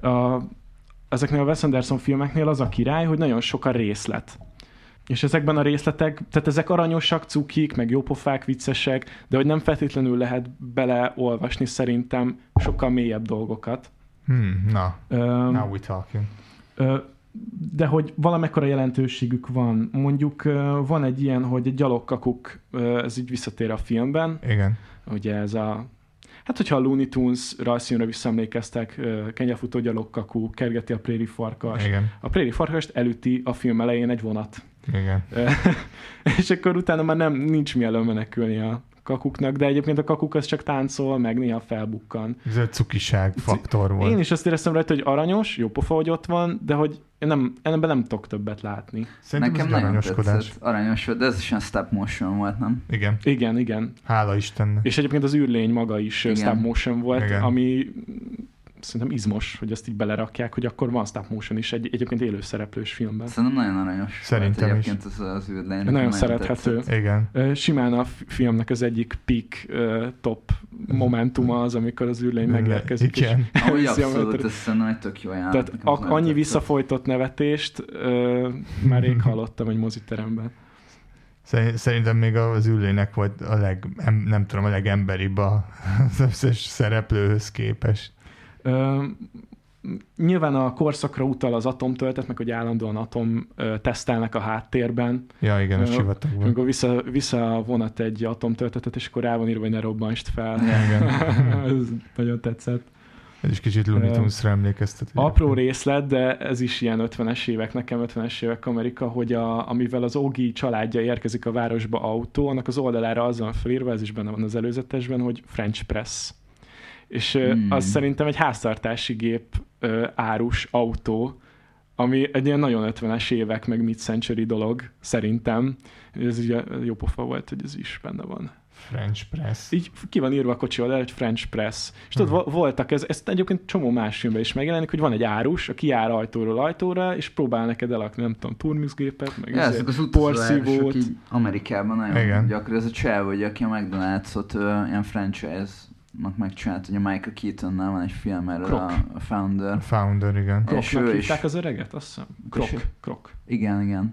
Ezeknél a Wes Anderson filmeknél az a király, hogy nagyon sok a részlet. És ezekben a részletek, tehát ezek aranyosak, cukik, meg jópofák, viccesek, de hogy nem feltétlenül lehet beleolvasni szerintem sokkal mélyebb dolgokat.
Hmm, na, um, now we talking.
Uh, de hogy valamekkora jelentőségük van. Mondjuk uh, van egy ilyen, hogy egy gyalogkakuk, uh, ez így visszatér a filmben.
Igen.
Ugye ez a... Hát, hogyha a Looney Tunes rajzfilmre visszaemlékeztek, uh, kengyafutó gyalogkakú, kergeti a préri farkas.
Igen.
A préri farkast elüti a film elején egy vonat.
Igen.
És akkor utána már nem, nincs mi elől menekülni a kakuknak, de egyébként a kakuk az csak táncol, meg néha felbukkan.
Ez egy cukiság faktor volt.
Én is azt éreztem rajta, hogy aranyos, jó pofa, hogy ott van, de hogy én nem, ebben nem tudok többet látni.
Szerintem nekem nagyon tetszett, aranyos volt, de ez is olyan stop motion volt, nem?
Igen.
Igen, igen.
Hála Istennek.
És egyébként az űrlény maga is igen. stop motion volt, igen. ami szerintem izmos, hogy ezt így belerakják, hogy akkor van stop motion is egy egyébként élő szereplős filmben.
Szerintem nagyon aranyos.
Szerintem
volt,
is.
Egyébként az, az űrlény.
Nagyon, nagyon szerethető.
Tetszett.
Igen.
Simán a filmnek az egyik peak uh, top momentuma az, amikor az űrlény megérkezik.
Igen.
Ahogy abszolút, ez szerintem egy tök jó ajánlat.
Tehát a- annyi tetszett. Visszafolytott nevetést uh, már rég hallottam egy moziteremben.
Szerintem még az űrlénynek volt a leg, nem tudom, a legemberibb az összes szereplőhöz képest.
Uh, nyilván a korszakra utal az atomtöltet, meg hogy állandóan atom uh, tesztelnek a háttérben.
Ja, igen, a sivatagban.
Amikor vissza, visszavonat egy atomtöltetet, és akkor rá van írva, hogy ne robbansd fel.
Ja, igen.
Ez nagyon tetszett.
Ez is kicsit Looney Tunes-ra emlékeztet.
Apró részlet, de ez is ilyen ötvenes évek, nekem ötvenes évek Amerika, hogy a, amivel az Ogi családja érkezik a városba autó, annak az oldalára az van felírva, ez is benne van az előzetesben, hogy French Press. És hmm. az szerintem egy háztartási gép ö, árus autó, ami egy ilyen nagyon ötvenes évek, meg mid-century dolog, szerintem. Ez ugye jó pofa volt, hogy ez is benne van.
French Press.
Így ki van írva a kocsi oldalra, hogy French Press. És hmm. tudod, voltak, ez, ez egyébként csomó más filmben is megjelenik, hogy van egy árus, aki jár ajtóról ajtóra, és próbál neked elakni, nem tudom, turmixgépet, meg
ja, ezek az porszívót. Így Amerikában nagyon igen. gyakran. Ez a csáv, hogy aki a McDonald's-ot ö, ilyen franchise-nak megcsinált, hogy a Michael Keatonnál van egy film erről,
Krok.
a, a Founder.
A Founder, igen.
Kroknak hívták az öreget, azt hiszem? Krok. Krok.
Igen, igen.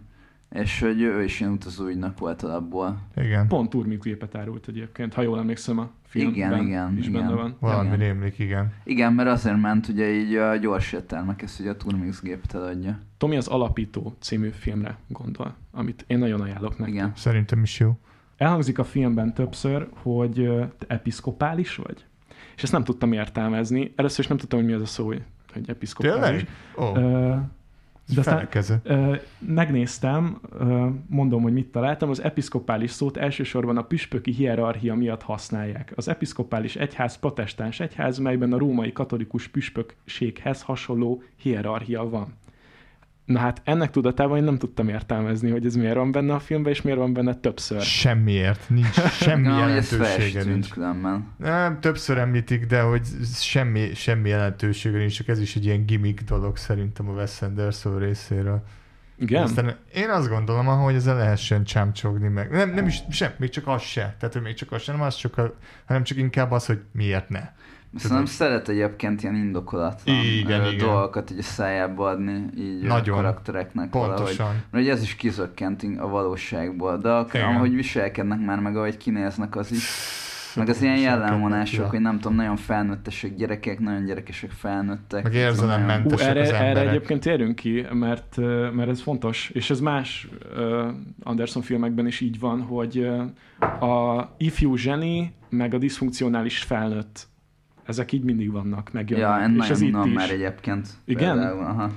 és hogy ő is ilyen utazóügynök volt alapból.
Igen.
Pont turmixgépet árult egyébként, ha jól emlékszem a filmben.
Igen, igen,
is
igen.
benne van.
Valami
Igen.
rémlik, igen.
Igen, mert azért ment ugye így a gyors értelmekhez, hogy a Turmix gépet eladja.
Tomi az Alapító című filmre gondol, amit én nagyon ajánlok nektek.
Igen.
Szerintem is jó.
Elhangzik a filmben többször, hogy ö, te episzkopális vagy. És ezt nem tudtam értelmezni. Először is nem tudtam, hogy mi az a szó, hogy episzkopális.
Tényleg? Ó,
Ö, de aztán
felekeze.
ö, megnéztem, ö, mondom, hogy mit találtam, az episzkopális szót elsősorban a püspöki hierarchia miatt használják. Az episzkopális egyház protestáns egyház, melyben a római katolikus püspökséghez hasonló hierarchia van. Na hát ennek tudatában én nem tudtam értelmezni, hogy ez miért van benne a filmben, és miért van benne többször.
Semmiért. Nincs semmi
Na, hogy ez fel is
jelentősége.
tűnt
Nincs.
különben.
Nem, többször említik, de hogy semmi, semmi jelentősége nincs, csak ez is egy ilyen gimmick dolog szerintem a Wes Anderson részéről.
Igen?
Aztán én azt gondolom, hogy ezzel lehessen csámcsogni meg. Nem, nem is, sem, még csak az se. Tehát, hogy még csak az se, nem az csak a, hanem csak inkább az, hogy miért ne.
Szerintem szeret egyébként ilyen indokolatlan
Igen,
ö,
igen.
dolgokat így a szájába adni, így
Nagyon.
a karaktereknek valahogy.
Pontosan.
Mert ugye ez is kizökkent a valóságból, de ak-
Igen.
ahogy viselkednek már, meg ahogy kinéznek, az is. Meg az ilyen
Viselkednek,
jellemvonások,
ja.
hogy nem tudom, nagyon felnőttesek gyerekek, nagyon gyerekesek felnőttek.
Meg érzelemmentes.
Hú,
Mentesek
erre,
az
erre
emberek.
egyébként térjünk ki, mert, ö, mert ez fontos, és ez más uh, Anderson filmekben is így van, hogy uh, a ifjú zseni, meg a diszfunkcionális felnőtt, ezek így mindig vannak, megjönnek.
Ja, én
és
nagyon
ez itt
unom
is.
már egyébként.
Igen?
Például, aha.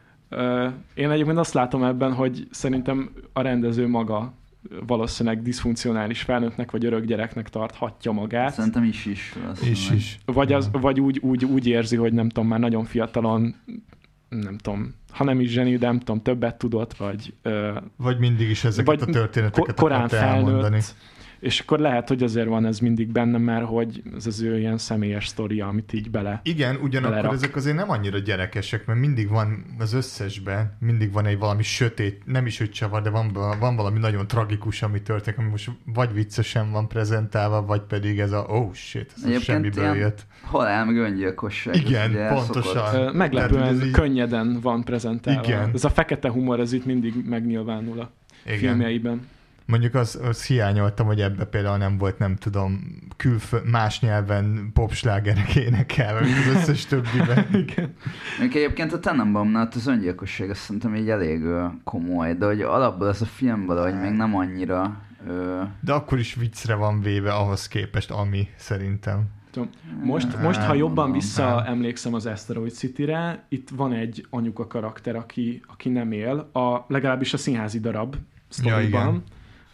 Ö, Én egyébként azt látom ebben, hogy szerintem a rendező maga valószínűleg diszfunkcionális felnőttnek vagy örök gyereknek tarthatja magát.
Szerintem is is.
Is, is.
Vagy, az, vagy úgy, úgy, úgy érzi, hogy nem tudom, már nagyon fiatalon, nem tudom, ha nem is zseni, de nem tudom, többet tudott, vagy, ö,
Vagy mindig is ezeket
vagy
a történeteket
ko- korán
akart elmondani.
felnőtt. És akkor lehet, hogy azért van ez mindig bennem, mert hogy ez az ő ilyen személyes sztoria, amit így bele...
Igen, ugyanakkor
belerak.
ezek azért nem annyira gyerekesek, mert mindig van az összesben, mindig van egy valami sötét, nem is hogy csavar, de van, van valami nagyon tragikus, ami történik, ami most vagy viccesen van prezentálva, vagy pedig ez a oh shit, ez a
Egyébként
semmiből
ilyen
jött.
halál, meg öngyilkosság. ez
Igen,
ugye
pontosan.
szokott.
Ö, Meglepően
Tehát, hogy ez így-
könnyeden van prezentálva.
Igen.
Ez a fekete humor, ez itt mindig megnyilvánul a
Igen.
filmjeiben.
Mondjuk az, az hiányoltam, hogy ebbe például nem volt, nem tudom, külfö- más nyelven popslágerek énekelve, mint az összes többiben.
Igen.
Még egyébként a Tenenbaumnál az öngyilkosság azt szerintem így elég ö, komoly, de hogy alapból ez a film valahogy még nem annyira... Ö,
De akkor is viccre van véve ahhoz képest, ami szerintem.
Tudom, Most, most, ha
nem
jobban
tudom,
visszaemlékszem az Asteroid City-re, itt van egy anyuka karakter, aki, aki nem él, a, legalábbis a színházi darab sztoriban.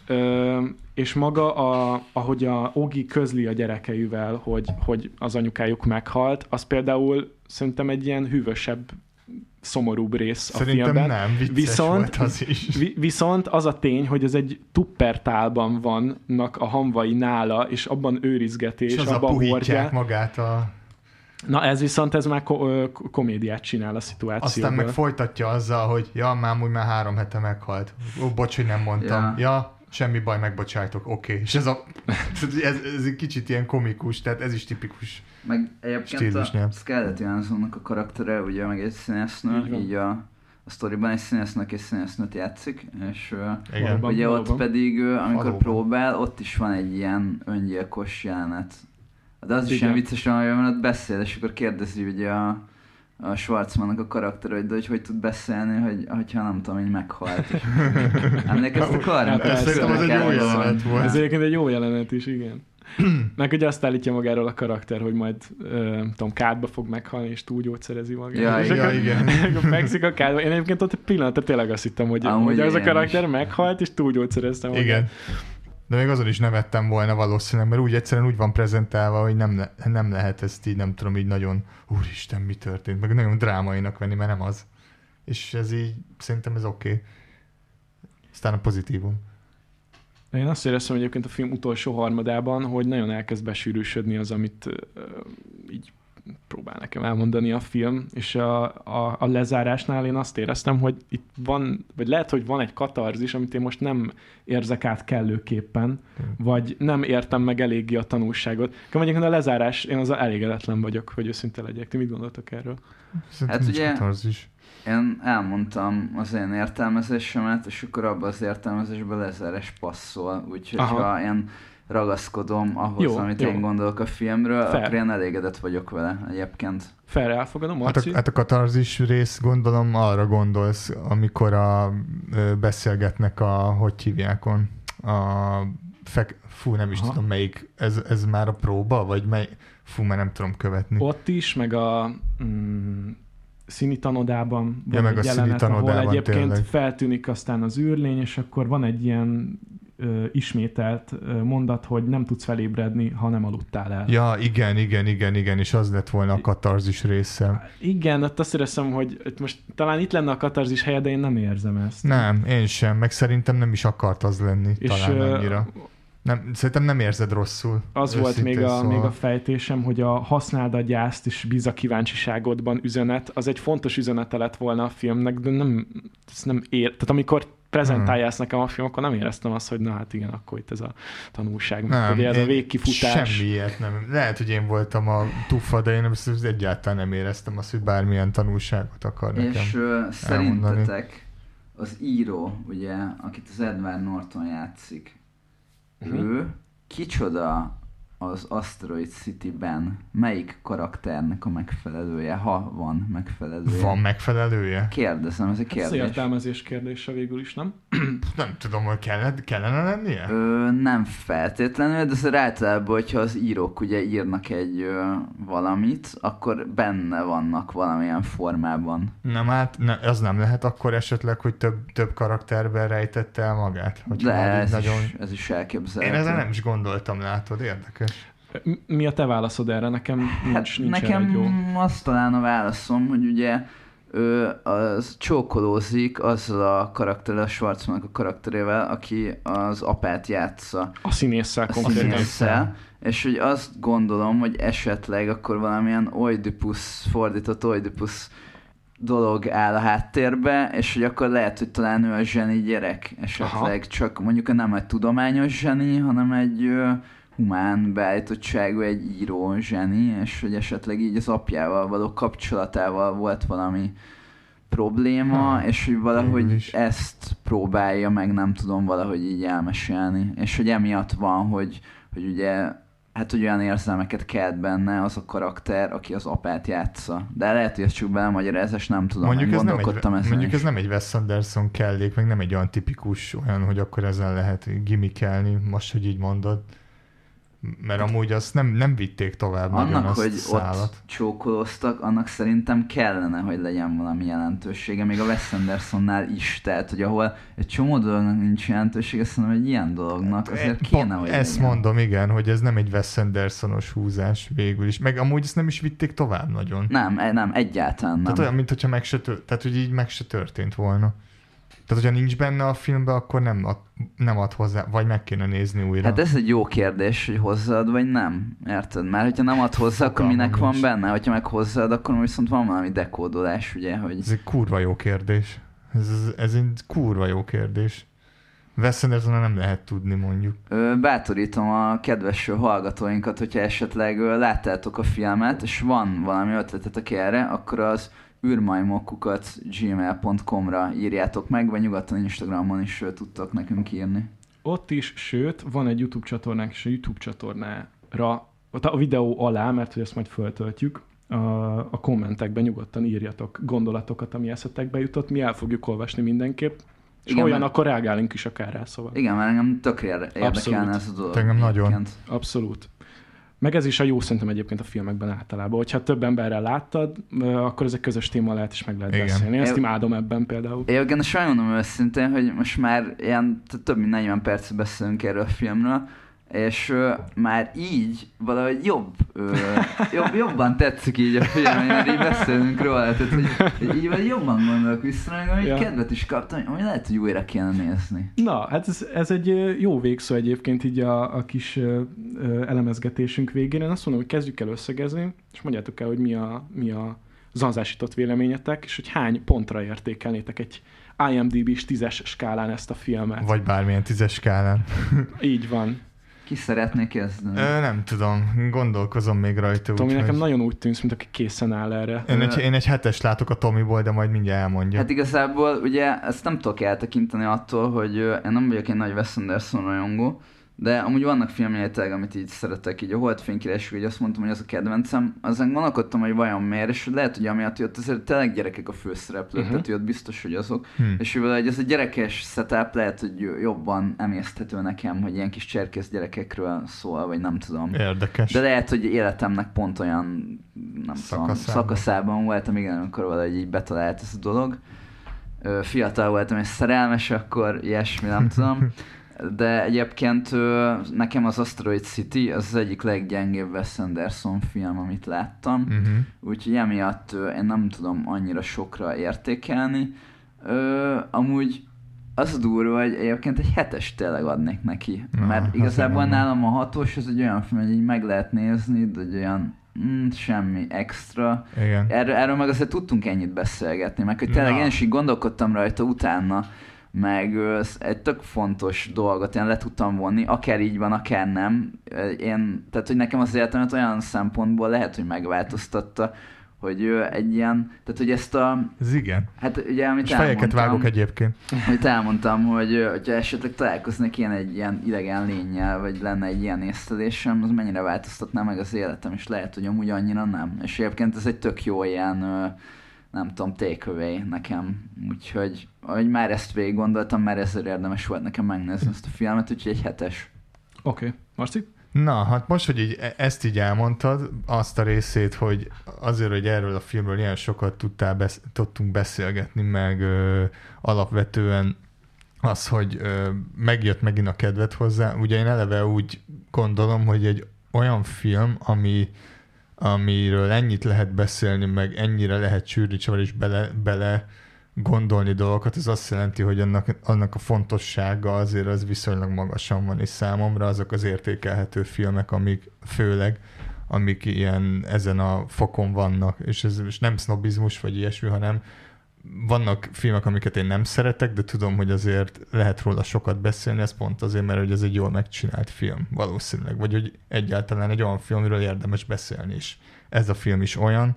Ö, és maga, a, ahogy a Ogi közli a gyerekeivel, hogy, hogy az anyukájuk meghalt, az például szerintem egy ilyen hűvösebb, szomorúbb rész a
Szerintem
filmben.
nem, vicces
Viszont-
volt az is.
Vi- viszont az a tény, hogy ez egy tuppertálban vannak a hamvai nála, és abban őrizgeti, és,
És
és
az a
abban
puhítják
hordják.
magát a...
Na ez viszont ez már ko- ö, komédiát csinál a szituációban.
Aztán meg folytatja azzal, hogy ja, már úgy már három hete meghalt. Ó, bocs, hogy nem mondtam.
Ja.
Ja, semmi baj, megbocsájtok, oké. Okay. És ez a... ez, ez egy kicsit ilyen komikus, tehát ez is tipikus.
meg egyébként
Stílus, nem?
a Scarlett Johanssonnak a karaktere, ugye meg egy színésznő,
Így van.
így a, a sztoriban egy színésznők és színésznőt játszik, és ö,
Igen.
Valóban.
ugye ott
valóban.
pedig, ö, amikor
Valóban.
próbál, ott is van egy ilyen öngyilkos jelenet. De az is
Igen.
ilyen vicces, mert ott beszél, és akkor kérdezi ugye a, a Schwarzmannak a karakter, hogy de hogy hogy tud beszélni, hogy, hogyha nem tudom, hogy meghalt. Emlékeztek arra?
Hát persze.
Szerintem az egy jó jelenet volt.
Ez egyébként egy jó jelenet is, igen. Meg ugye azt állítja magáról a karakter, hogy majd ö, nem tudom, kádba fog meghalni, és túlgyógyszerezi magát.
Ja,
és
ja,
akkor,
igen.
akkor fekszik a kádba. Én egyébként ott egy pillanatra tényleg azt hittem, hogy,
Amúgy
hogy az a
én
karakter
is.
meghalt, és túlgyógyszerezte magát.
Igen. De még azon is nevettem volna valószínűleg, mert úgy egyszerűen úgy van prezentálva, hogy nem, le- nem lehet ezt így, nem tudom, így nagyon úristen, mi történt, meg nagyon drámainak venni, mert nem az. És ez így, szerintem ez oké. Okay. Aztán a pozitívum.
Én azt éreztem egyébként a film utolsó harmadában, hogy nagyon elkezd besűrűsödni az, amit ö, így próbál nekem elmondani a film, és a, a, a lezárásnál én azt éreztem, hogy itt van, vagy lehet, hogy van egy katarzis, amit én most nem érzek át kellőképpen, vagy nem értem meg eléggé a tanulságot. Mondjuk a lezárás, én azzal elégedetlen vagyok, hogy őszinte legyek. Ti mit gondoltok erről?
Szerintem
Hát
nincs
ugye-
katarzis.
Én elmondtam az én értelmezésemet, és akkor abban az értelmezésben lezárás passzol, úgyhogy
Aha.
ha én ragaszkodom ahhoz,
Jó,
amit
jó.
én gondolok a filmről,
Fair.
akkor én elégedett vagyok vele egyébként.
Fel elfogadom,
Hát
Marci?
a, hát a katarzis rész, gondolom arra gondolsz, amikor a, ö, beszélgetnek a, hogy hívják on, a fek, fú, nem is
Aha.
tudom melyik, ez, ez már a próba, vagy mely, fú, már nem tudom követni.
Ott is, meg a mm, színi tanodában
Ja,
van
meg
egy
a
jelenet,
színi
ahol
tanodában
egyébként
tényleg.
feltűnik aztán az űrlény, és akkor van egy ilyen ö, ismételt ö, mondat, hogy nem tudsz felébredni, ha nem aludtál el.
Ja, igen, igen, igen, igen, és az lett volna a katarzis része.
Igen, ott azt éreztem, hogy itt most talán itt lenne a katarzis helye, de én nem érzem ezt.
Nem, én sem, meg szerintem nem is akart az lenni,
És
talán
ö,
annyira. Nem, szerintem nem érzed rosszul.
az volt
őszintén
még a,
szóval.
még a fejtésem, hogy a használd a gyászt és bíz a kíváncsiságodban üzenet, az egy fontos üzenete lett volna a filmnek, de nem, ezt nem ér, tehát amikor prezentálja ezt nekem a film, akkor nem éreztem azt, hogy na hát igen, akkor itt ez a tanulság,
Nem,
hogy ez a
én
végkifutás.
Semmi ilyet nem. Lehet, hogy én voltam a tufa, de én ezt egyáltalán nem éreztem azt, hogy bármilyen tanulságot akar nekem.
És ö,
elmondani.
szerintetek az író, ugye, akit az Edward Norton játszik,
Mhm.
ő kicsoda az Asteroid City-ben? Melyik karakternek a megfelelője, ha van megfelelője?
Van megfelelője?
Kérdezem, ez egy
Ez
kérdés.
értelmezés kérdése végül is, nem?
Nem tudom, hogy kellene, kellene lennie?
Ö, nem feltétlenül, de azért általában, hogyha az írók ugye írnak egy ö, valamit, akkor benne vannak valamilyen formában.
Nem, hát ne, az nem lehet akkor esetleg, hogy több, több karakterben rejtette el magát? Hogy
De
már így
ez,
nagyon...
is, ez is elképzelhető.
Én ezen nem is gondoltam, látod, érdekes.
Mi a te válaszod erre? Nekem nincs,
Hát
nincs
nekem
erre egy jó.
az talán a válaszom, hogy ugye ő az csókolózik azzal a karakterrel, a Schwarzenegg a karakterével, aki az apát játsza
A színésszel
a
konkrétan.
színésszel, és hogy azt gondolom, hogy esetleg akkor valamilyen Oedipus, fordított Oedipus dolog áll a háttérbe, és hogy akkor lehet, hogy talán ő a zseni gyerek esetleg, Aha. csak mondjuk nem egy tudományos zseni, hanem egy ö, humán beállítottságú, egy író zseni, és hogy esetleg így az apjával való kapcsolatával volt valami probléma,
Hmm.
és hogy valahogy
Végül is.
ezt próbálja meg, nem tudom, valahogy így elmesélni. És hogy emiatt van, hogy, hogy ugye hát, hogy olyan érzelmeket kelt benne az a karakter, aki az apát játsza. De lehet, hogy ez csak belemagyarázás, nem tudom,
Mondjuk
én
ez, nem egy,
gondolkodtam ezen
mondjuk
is.
ez nem egy Wes Anderson kellék, meg nem egy olyan tipikus olyan, hogy akkor ezen lehet gimikelni, most, hogy így mondod. Mert amúgy azt nem, nem vitték tovább nagyon
Annak,
azt
hogy
szállat.
ott csókolóztak, annak szerintem kellene, hogy legyen valami jelentősége, még a Wes Andersonnál is, tehát, hogy ahol egy csomó dolognak nincs jelentősége, szerintem egy ilyen dolognak azért kéne,
Pont
hogy
ezt
legyen.
mondom, igen, hogy ez nem egy Wes Andersonos húzás végül is. Meg amúgy ezt nem is vitték tovább nagyon.
Nem, e- nem, egyáltalán nem.
Tehát olyan, mintha meg se tört, tehát hogy így meg se történt volna. Tehát, hogyha nincs benne a filmben, akkor nem ad, nem ad hozzá, vagy meg kéne nézni újra.
Hát ez egy jó kérdés, hogy hozzáad, vagy nem. Érted? Mert hogyha nem ad hozzá, akkor
Fogalmam
minek van
nincs.
benne? Hogyha meg hozzáad, akkor viszont van valami dekódolás, ugye, hogy...
Ez egy kurva jó kérdés. Ez, ez, ez egy kurva jó kérdés. Wes Anderson nem lehet tudni, mondjuk.
Ö, Bátorítom a kedves hallgatóinkat, hogyha esetleg ö, láttátok a filmet, és van valami ötletetek erre, akkor az űrmajmokukat gmail pont com-ra írjátok meg, vagy nyugodtan Instagramon is ö, tudtok nekünk írni.
Ott is, sőt, van egy YouTube csatornánk, és a YouTube csatornára, ott a videó alá, mert hogy ezt majd föltöltjük, a, a kommentekben nyugodtan írjatok gondolatokat, ami eszetekbe jutott, mi el fogjuk olvasni mindenképp, és
Igen,
olyan,
mert-
akkor reagálunk is akár rá, szóval.
Igen, mert engem tökre érdekelne
Abszolút.
ez a dolog.
Engem nagyon.
egyébként.
Abszolút. Meg ez is a jó szerintem egyébként a filmekben általában. Hogyha több emberrel láttad, ö, akkor ez egy közös téma lehet, és meg lehet
Igen.
beszélni. Én ezt
Én-
imádom ebben például.
Én igen, sajnálom őszintén, hogy most már ilyen t- több mint negyven percet beszélünk erről a filmről, és ö, már így valahogy jobb, ö, jobb, jobban tetszik így a film, mert így beszélünk róla, tehát hogy, hogy így vagy jobban gondolok vissza, meg amit
Ja.
kedvet is kaptam, ami lehet, hogy újra kéne nézni.
Na, hát ez, ez egy ö, jó végszó egyébként így a, a kis ö, ö, elemezgetésünk végén. Én azt mondom, hogy kezdjük el összegezni, és mondjátok el, hogy mi a, mi a zanzásított véleményetek, és hogy hány pontra értékelnétek egy IMDb-s tízes skálán ezt a filmet.
Vagy bármilyen tízes skálán.
Így van.
Ki szeretné kezdeni?
Ö, nem tudom, gondolkozom még rajta.
Tomi,
úgy,
nekem
hogy...
nagyon úgy tűnsz, mint aki készen áll erre.
Én egy, én egy hetes látok a Tomiból, de majd mindjárt elmondja.
Hát igazából ugye ezt nem tudok eltekinteni attól, hogy ö, én nem vagyok egy nagy Wes Anderson rajongó, de amúgy vannak filmjei tényleg, amit így szeretek, így a Holdfény királyság, hogy azt mondtam, hogy az a kedvencem, azon gondolkodtam, hogy vajon miért, és lehet, hogy amiatt, hogy ott azért tényleg gyerekek a főszereplők,
Uh-huh.
tehát hogy ott biztos, hogy azok,
Hmm.
és mivel hogy ez a gyerekes setup lehet, hogy jobban emészthető nekem, hogy ilyen kis cserkész gyerekekről szól, vagy nem tudom.
Érdekes.
De lehet, hogy életemnek pont olyan, nem tudom,
Szakaszában.
szakaszában voltam, igen, amikor valahogy így betalált ez a dolog. Ö, Fiatal voltam és szerelmes, akkor ilyesmi, nem tudom. De egyébként ö, nekem az Asteroid City az, az egyik leggyengébb Wes Anderson film, amit láttam.
Uh-huh.
Úgyhogy emiatt ö, én nem tudom annyira sokra értékelni. Ö, amúgy az a durva, hogy egyébként egy hetes tényleg adnék neki.
Na,
Mert
azt
igazából
nem
nálam a hatos az egy olyan film, hogy így meg lehet nézni, de egy olyan mm, semmi extra.
Igen.
Erről, erről meg azért tudtunk ennyit beszélgetni, meg hogy tényleg
Na.
én is így gondolkodtam rajta utána, meg ö, egy tök fontos dolgot én le tudtam vonni, akár így van, akár nem. Én, tehát, hogy nekem az életemet olyan szempontból lehet, hogy megváltoztatta, hogy ö, egy ilyen, tehát, hogy ezt a,
Ez igen.
hát ugye, amit
És fejeket
elmondtam,
vágok egyébként.
amit elmondtam, hogy ö, hogyha esetleg találkoznék ilyen egy ilyen idegen lénnyel, vagy lenne egy ilyen észlelésem, az mennyire változtatná meg az életem, és lehet, hogy amúgy annyira nem. És egyébként ez egy tök jó ilyen, ö, nem tudom, takeaway nekem. Úgyhogy, ahogy már ezt végig gondoltam, már ezzel érdemes volt nekem megnézni ezt a filmet, úgyhogy egy hetes.
Oké. Okay. Marci?
Na, hát most, hogy így e- ezt így elmondtad, azt a részét, hogy azért, hogy erről a filmről ilyen sokat tudtál besz- tudtunk beszélgetni, meg ö, alapvetően az, hogy ö, megjött megint a kedved hozzá. Ugye én eleve úgy gondolom, hogy egy olyan film, ami amiről ennyit lehet beszélni, meg ennyire lehet sűrű csavar és bele, bele gondolni dolgokat, ez azt jelenti, hogy annak, annak a fontossága azért az viszonylag magasan van, és számomra azok az értékelhető filmek, amik főleg, amik ilyen ezen a fokon vannak, és ez most nem sznobizmus vagy ilyesmi, hanem vannak filmek, amiket én nem szeretek, de tudom, hogy azért lehet róla sokat beszélni, ez pont azért, mert hogy ez egy jól megcsinált film, valószínűleg, vagy hogy egyáltalán egy olyan film, amiről érdemes beszélni is. Ez a film is olyan.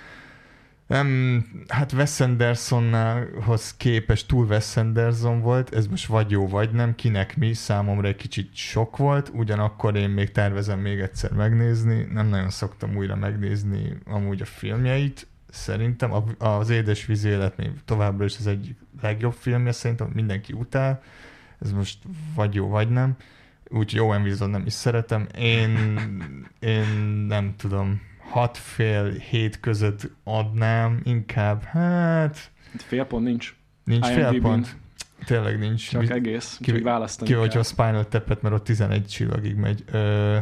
Nem, hát Wes Andersonhoz képest túl Wes Anderson volt, ez most vagy jó, vagy nem, kinek mi, számomra egy kicsit sok volt, ugyanakkor én még tervezem még egyszer megnézni, nem nagyon szoktam újra megnézni amúgy a filmjeit, szerintem az Édes vízi élet még továbbra is az egyik legjobb filmje, szerintem mindenki utál, ez most vagy jó, vagy nem, úgyhogy Owen Wilson nem is szeretem, én, én nem tudom, hat fél hét között adnám, inkább, hát...
Itt fél pont nincs.
Nincs fél
IMDb-n.
pont? Tényleg nincs.
Csak egész.
Ki,
Úgyhogy választani
ki
kell.
hogyha a Spinal Tap-et, mert ott tizenegy csillagig megy. Ö,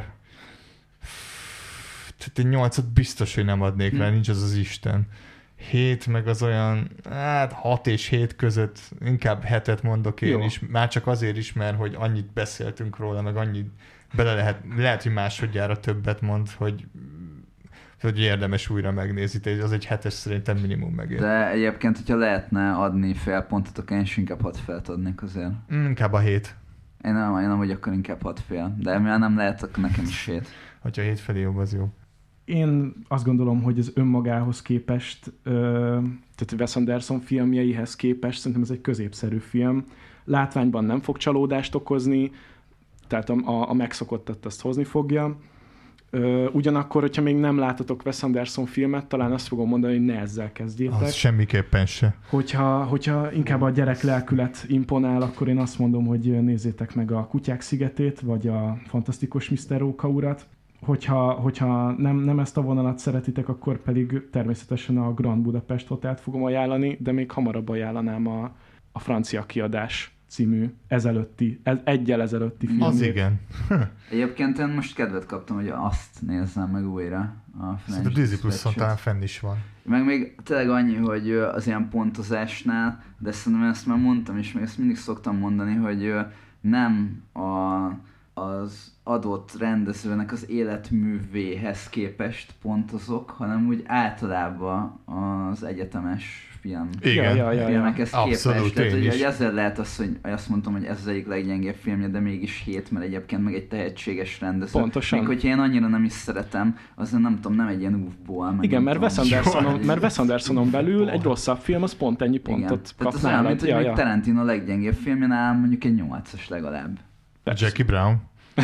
tehát egy nyolcat biztos, hogy nem adnék rá,
Hm.
nincs az az Isten. hét meg az olyan, hát hat és hét között, inkább hetet mondok én
Jó.
is. Már csak azért is, mert hogy annyit beszéltünk róla, meg annyit bele lehet, lehet, hogy másodjára többet mond, hogy hogy érdemes újra megnézni, és az egy hetes szerintem minimum megér.
De egyébként, hogyha lehetne adni fél pontot, akkor én is inkább hat félt adnék azért.
Mm, inkább a hét.
Én nem, én nem vagy, akkor inkább hat fél. De mivel nem lehet, akkor nekem is hét.
Hogyha hét felé jobb, az jó.
Én azt gondolom, hogy ez önmagához képest, ö,
Tehát Wes Anderson filmjeihez képest szerintem ez egy középszerű film. Látványban nem fog csalódást okozni, tehát a, a, a megszokottat azt hozni fogja. Ö, ugyanakkor, hogyha még nem láttatok Wes Anderson filmet, talán azt fogom mondani, hogy ne ezzel kezdjétek.
Az semmiképpen se.
Hogyha, hogyha inkább a gyerek lelkület imponál, akkor én azt mondom, hogy nézzétek meg a Kutyák szigetét, vagy a Fantasztikus miszter Róka urat. Hogyha, hogyha nem, nem ezt a vonalat szeretitek, akkor pedig természetesen a Grand Budapest Hotelt fogom ajánlani, de még hamarabb ajánlanám a, a francia kiadás című ezelőtti, ez egyel ezelőtti film.
Az igen.
Egyébként én most kedvet kaptam, hogy azt nézzem meg újra. A
Szerintem a Disney Pluson talán fenn is van.
Meg még tényleg annyi, hogy az ilyen pontozásnál, de szerintem ezt már mondtam is, meg ezt mindig szoktam mondani, hogy nem a, az adott rendezőnek az életművéhez képest pontozok, hanem úgy általában az egyetemes film.
Igen,
ja, ja, ja,
filmekhez
ja.
képest.
Abszolút,
Tehát, hogy,
én
hogy
is.
ezzel lehet az, hogy azt mondtam, hogy ez az egyik leggyengébb filmje, de mégis hét, mert egyébként meg egy tehetséges rendező.
Pontosan.
Még hogyha én annyira nem is szeretem, az nem tudom, nem egy ilyen úfból.
Igen, mert Wes, Andersonon, mert Wes Andersonon belül
Úfból.
egy rosszabb film, az pont ennyi pontot
kap
kap
az olyan,
nálad.
mint hogy
Ja,
ja,
ja.
Tarantino leggyengébb filmje, nálam mondjuk egy nyolcas legalább.
Jackie Brown.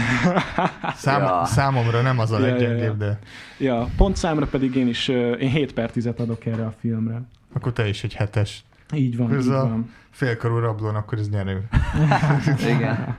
Szám,
Ja.
Számomra nem az a
Ja, ja,
leggyengébb,
ja.
de
Ja, pont számra pedig én is, ö, én hét per tízet adok erre a filmre.
akkor te is egy hetes.
Így van,
Ez
így
a-
van.
Félkarú rablón, akkor ez nyerő.
Igen.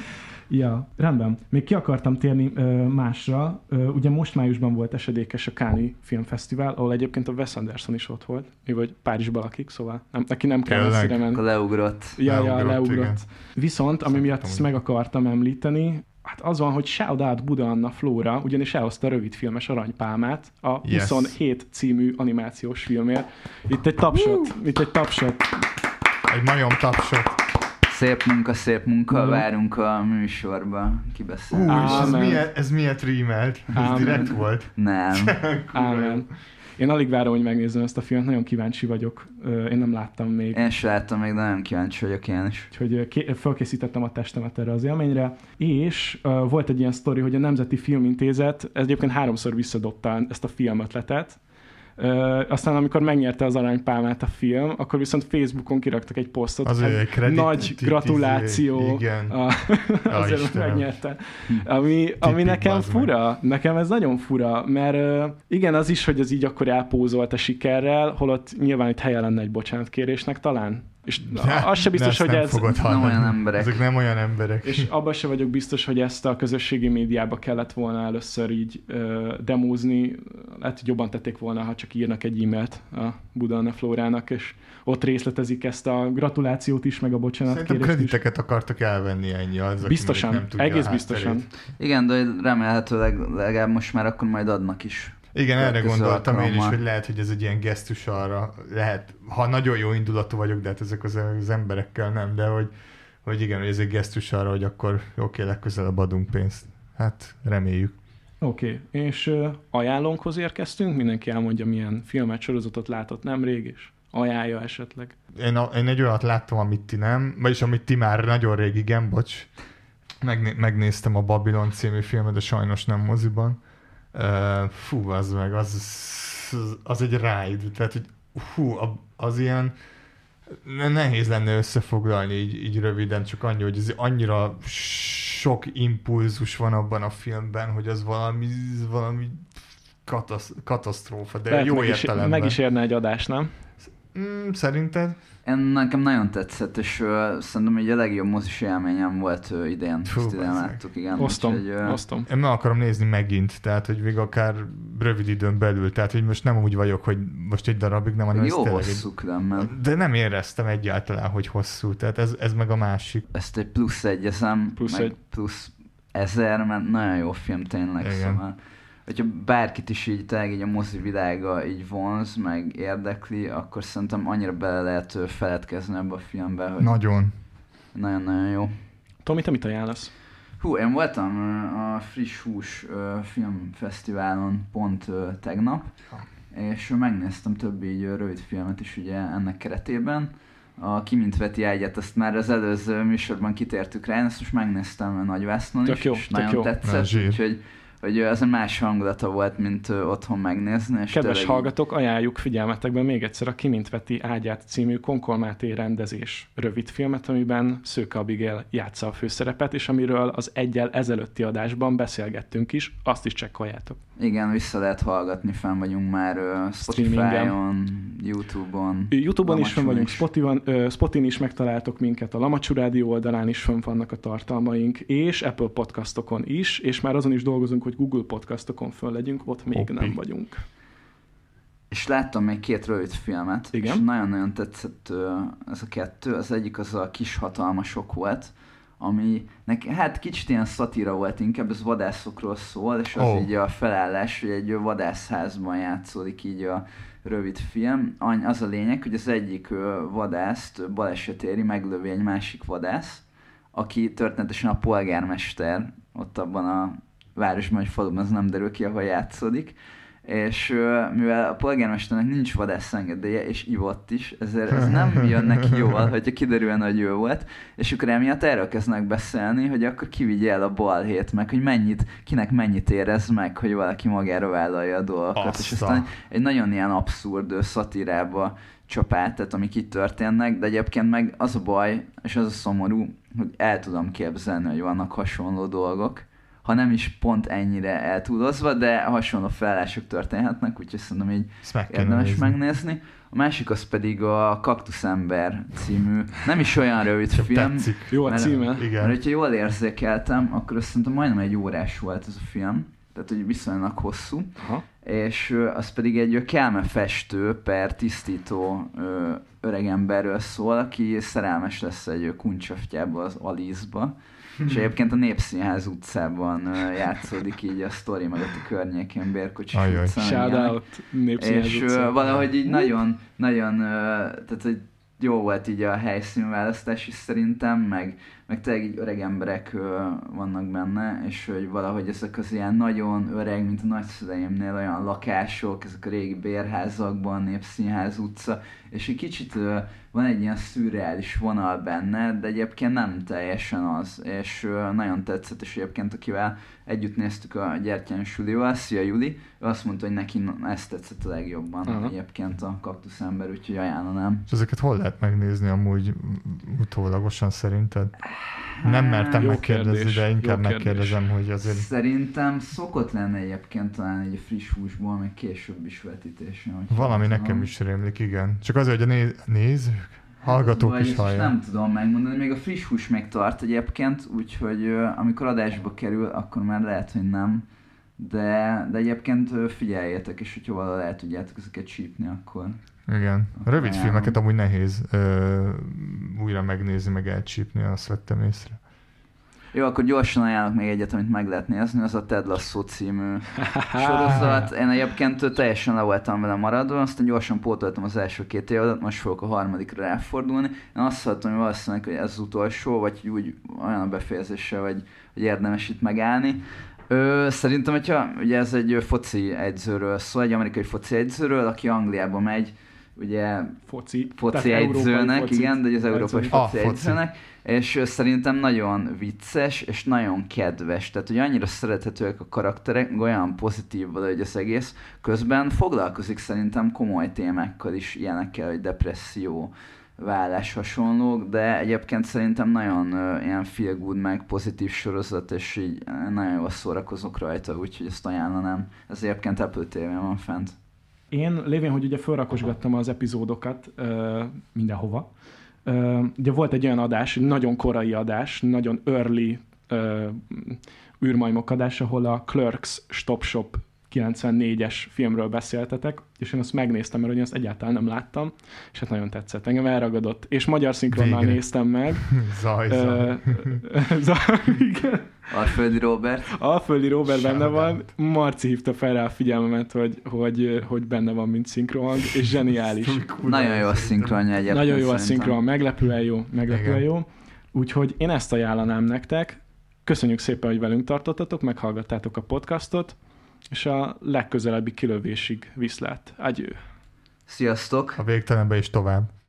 Ja, rendben. Még ki akartam térni ö, másra. Ö, ugye most májusban volt esedékes a Cannes Filmfesztivál, ahol egyébként a Wes Anderson is ott volt. Ő vagy Párizsba lakik, szóval nem, neki nem kell
Tényleg?
messzire menni.
Akkor leugrott.
Ja, ja,
Leugrott,
leugrott.
igen.
Viszont, ami miatt
Szoktam,
ezt
hogy-
meg akartam említeni, hát az van, hogy shout out Buda Anna Flóra, ugyanis elhozta a rövidfilmes aranypálmát a
Yes.
huszonhét című animációs filmért. Itt egy tapsot, itt egy tapsot.
Egy majom tapsot.
Szép munka, szép munka,
Mhm.
várunk a műsorba. Ki beszél?
Ú, és ez
Ámen.
miért, ez miért rímelt? Ez
Ámen.
direkt volt.
Nem.
Ámen. Én alig várom, hogy megnézzem ezt a filmet, nagyon kíváncsi vagyok. Ö, Én nem láttam még.
Én se láttam, még nagyon kíváncsi vagyok én is.
Úgyhogy ké- felkészítettem a testemet erre az élményre, és uh, volt egy ilyen sztori, hogy a Nemzeti Filmintézet ez egyébként háromszor visszadobta ezt a filmötletet. Uh, aztán amikor megnyerte az aranypálmát a film, akkor viszont Facebookon kiraktak egy posztot,
Az
hát
ő kredit-
nagy
titizé-
gratuláció
igen.
a, azért, hogy
Istenem.
megnyerte. Ami, ami
Tipik,
nekem
bazd meg.
fura, nekem ez nagyon fura, mert uh, igen, az is, hogy ez így akkor elpózolt a sikerrel, holott nyilván itt helye lenne egy bocsánatkérésnek talán. És
De-
az se biztos,
de ezt
hogy
nem
ez...
fogod
nem
hallani.
olyan emberek.
Ezek nem olyan emberek.
És abban se vagyok biztos, hogy ezt a közösségi médiába kellett volna először így ö, demózni. Lehet, hogy jobban tették volna, ha csak írnak egy e-mailt a Buda Anna Flórának, és ott részletezik ezt a gratulációt is, meg a
Szerintem
bocsánatkérést is.
krediteket akartak elvenni ennyi az, aki
Biztosan,
még nem tudja a
egész
hátterét.
biztosan.
Igen, de remélhetőleg legalább most már akkor majd adnak is.
Igen, erre
Következő
gondoltam én is,
alkalommal.
hogy lehet, hogy ez egy ilyen gesztus arra, lehet, ha nagyon jó indulatú vagyok, de hát ezek az, az emberekkel nem, de hogy, hogy igen, hogy ez egy gesztus arra, hogy akkor oké, legközelebb adunk pénzt. Hát reméljük.
Oké, okay. És ö, ajánlónkhoz érkeztünk, mindenki elmondja, milyen filmet, sorozatot látott nemrég, és ajánlja esetleg.
Én, a, én egy olyat láttam, amit ti nem, vagyis amit ti már nagyon rég, igen, bocs. Megné- megnéztem a Babylon című filmet, de sajnos nem moziban. Uh, fú, az meg, az, az, az egy ride, tehát hogy hú, az ilyen ne- nehéz lenne összefoglalni így, így röviden, csak annyi, hogy ez annyira sok impulzus van abban a filmben, hogy az valami, valami katasz, katasztrófa, de
Lehet,
jó
meg is,
értelemben.
meg is érne egy adás, nem?
Mm, szerinted?
Én nekem nagyon tetszett, és uh, szerintem így a legjobb mozis élményem volt uh, idén.
Fú,
Ezt idén
bazzeg.
láttuk, igen.
Osztom,
Úgyhogy, uh,
osztom.
Én meg akarom nézni megint, tehát, hogy még akár rövid időn belül, tehát, hogy most nem úgy vagyok, hogy most egy darabig nem, hanem ez
jó
tényleg egy...
hosszú különben.
De nem éreztem egyáltalán, hogy hosszú, tehát ez, ez meg a másik.
Ezt egy plusz egyezem,
Plusz
meg
egy.
plusz ezer, mert nagyon jó film tényleg,
Igen.
szóval. Hogyha bárkit is így, tényleg így a mozi világa így vonz, meg érdekli, akkor szerintem annyira bele lehet ö, feledkezni ebbe a filmbe, hogy
Nagyon.
nagyon-nagyon jó.
Tomi, te mit ajánlasz?
Hú, én voltam ö, a Friss Hús ö, filmfesztiválon pont ö, tegnap, és megnéztem több így ö, rövid filmet is ugye ennek keretében. A Ki mint veti ágyat, azt már az előző műsorban kitértük rá, én ezt most megnéztem a Nagyvásznon
Tök
is,
jó,
és
tök
nagyon
jó.
Na,
tetszett,
zsír.
úgyhogy hogy ez a más hangulata volt, mint ö, otthon megnézni. És
Kedves
tényleg
hallgatók, ajánljuk figyelmetekben még egyszer a Ki mint veti ágyát című Konkol Máté rendezés rövidfilmet, amiben Szőke Abigail játsza a főszerepet, és amiről az egyel ezelőtti adásban beszélgettünk is, azt is csekkoljátok.
Igen, vissza lehet hallgatni, fenn vagyunk már ö, Spotify-on, YouTube-on.
YouTube-on is fönn
Lamacson
vagyunk,
is.
Spotify-on, ö, Spotin is megtaláltok minket, a Lamacsú Rádió oldalán is fönn vannak a tartalmaink, és Apple podcastokon is, és már azon is dolgozunk, hogy Google podcastokon fönn legyünk, ott még
Hoppi.
nem vagyunk.
és láttam még két rövid filmet,
Igen?
és nagyon-nagyon tetszett ez a kettő. Az egyik az a Kis hatalmasok volt, ami neki, hát kicsit ilyen szatíra volt inkább, ez vadászokról szól, és az
Oh.
így a felállás, hogy egy vadászházban játszódik így a rövid film. Az a lényeg, hogy az egyik vadászt baleset éri, meglövi egy másik vadász, aki történetesen a polgármester ott abban a városban, vagy faluban, az nem derül ki, ahol játszódik. És mivel a polgármesternek nincs vadász engedélye, és ivott is, ezért ez nem jön neki jól, hogyha kiderülne, hogy ő volt, és akkor emiatt erről kezdnek beszélni, hogy akkor kivigye el a balhét, meg hogy mennyit, kinek mennyit érez meg, hogy valaki magára vállalja a dolgokat.
Assza.
És aztán egy nagyon ilyen abszurd szatirába csap át, tehát amik itt történnek, de egyébként meg az a baj, és az a szomorú, hogy el tudom képzelni, hogy vannak hasonló dolgok, ha nem is pont ennyire eltúlozva, de hasonló felállások történhetnek, úgyhogy szerintem így
meg
érdemes
nézni.
megnézni. A másik az pedig a Kaktuszember című, nem is olyan rövid
Csak
film.
tetszik.
Jó a
Mert-
címe.
Igen.
Mert hogyha jól érzékeltem, akkor azt szerintem majdnem egy órás volt ez a film, tehát hogy viszonylag hosszú,
Aha.
és ö, az pedig egy ö, kelmefestő per tisztító ö, öregemberről szól, aki szerelmes lesz egy ö, kuncsaftjába, az Alice-ba, és egyébként a Népszínház utcában ö, játszódik így a sztori, meg ott a környékén, Bérkocsis
Ajaj.
utca. meg
Shout
ilyenek.
out Népszínház
És
utca.
ö, valahogy így nagyon, nagyon, ö, tehát hogy jó volt így a helyszínválasztás is szerintem, meg, meg tényleg így öreg emberek ö, vannak benne, és hogy valahogy ezek az ilyen nagyon öreg, mint a nagyszüleimnél olyan lakások, ezek a régi bérházakban, Népszínház utca, és egy kicsit ö, van egy ilyen szürreális vonal benne, de egyébként nem teljesen az, és ö, nagyon tetszett, és egyébként akivel együtt néztük a Gyertyányos Julival, szia Juli, ő azt mondta, hogy neki ezt tetszett a legjobban
Aha.
egyébként a Kaktuszember, úgyhogy ajánlanám.
És ezeket hol lehet megnézni amúgy utólagosan szerinted? Nem mertem
Jó
megkérdezni,
kérdés,
de inkább
jó kérdés.
megkérdezem, hogy azért...
Szerintem szokott lenne egyébként talán egy friss húsból, meg később is vetítésen. hogyha
Valami
tudom.
nekem is rémlik, igen. Csak azért, hogy a néz... nézők, hallgatók
Vagy
is
ezt
hallják.
Nem tudom megmondani, még a friss hús még tart egyébként, úgyhogy ö, amikor adásba kerül, akkor már lehet, hogy nem. De, de egyébként ö, figyeljétek, és hogyha valahol el tudjátok ezeket csípni, akkor...
Igen. A rövid
Ajánlom.
filmeket amúgy nehéz ö, újra megnézni, meg elcsípni, azt vettem észre.
Jó, akkor gyorsan ajánlok még egyet, amit meg lehet nézni, az a Ted Lasso című sorozat. Én egyébként teljesen le voltam vele maradva, aztán gyorsan pótoltam az első két évadat, most fogok a harmadikra ráfordulni. Én azt hallottam, hogy valószínűleg, hogy ez az utolsó, vagy úgy olyan a befejezése, vagy, hogy érdemes itt megállni. Ö, szerintem, hogyha ugye ez egy foci edzőről szól, egy amerikai foci edzőről, aki Angliába megy, ugye
Foci.
foci
Tehát európai
edzőnek,
focit
igen, de az európai
edzőnek.
foci
Ah, foci.
edzőnek, és ö, szerintem nagyon vicces, és nagyon kedves, tehát hogy annyira szerethetőek a karakterek, olyan pozitív valahogy az egész, közben foglalkozik szerintem komoly témákkal is, ilyenekkel, hogy depresszió, vállás hasonlók, de egyébként szerintem nagyon ö, ilyen feel good, meg pozitív sorozat, és így ö, nagyon jól szórakozok rajta, úgyhogy ezt ajánlanám. Ez egyébként Apple té vén van fent.
Én lévén, hogy ugye felrakosgattam az epizódokat ö, mindenhova, ö, ugye volt egy olyan adás, egy nagyon korai adás, nagyon early ö, űrmajmok adás, ahol a Clerks Stop Shop kilencvennégyes filmről beszéltetek, és én azt megnéztem, mert én azt egyáltalán nem láttam, és hát nagyon tetszett. Engem elragadott. És magyar szinkronnal
Végre.
néztem meg.
Zaj,
Ö,
zaj.
zaj, igen.
Alföldi Robert.
Alföldi Robert benne
Shout
van,
out.
Marci hívta fel rá a figyelmemet, hogy, hogy, hogy benne van, mint szinkronhang, és zseniális.
Nagyon jó a szinkronja egyébként.
Nagyon jó a
szerintem.
szinkron, meglepően jó, meglepően
Igen.
jó. Úgyhogy én ezt ajánlanám nektek. Köszönjük szépen, hogy velünk tartottatok, meghallgattátok a podcastot, és a legközelebbi kilövésig viszlát. Agyő!
Sziasztok!
A végtelenbe is tovább.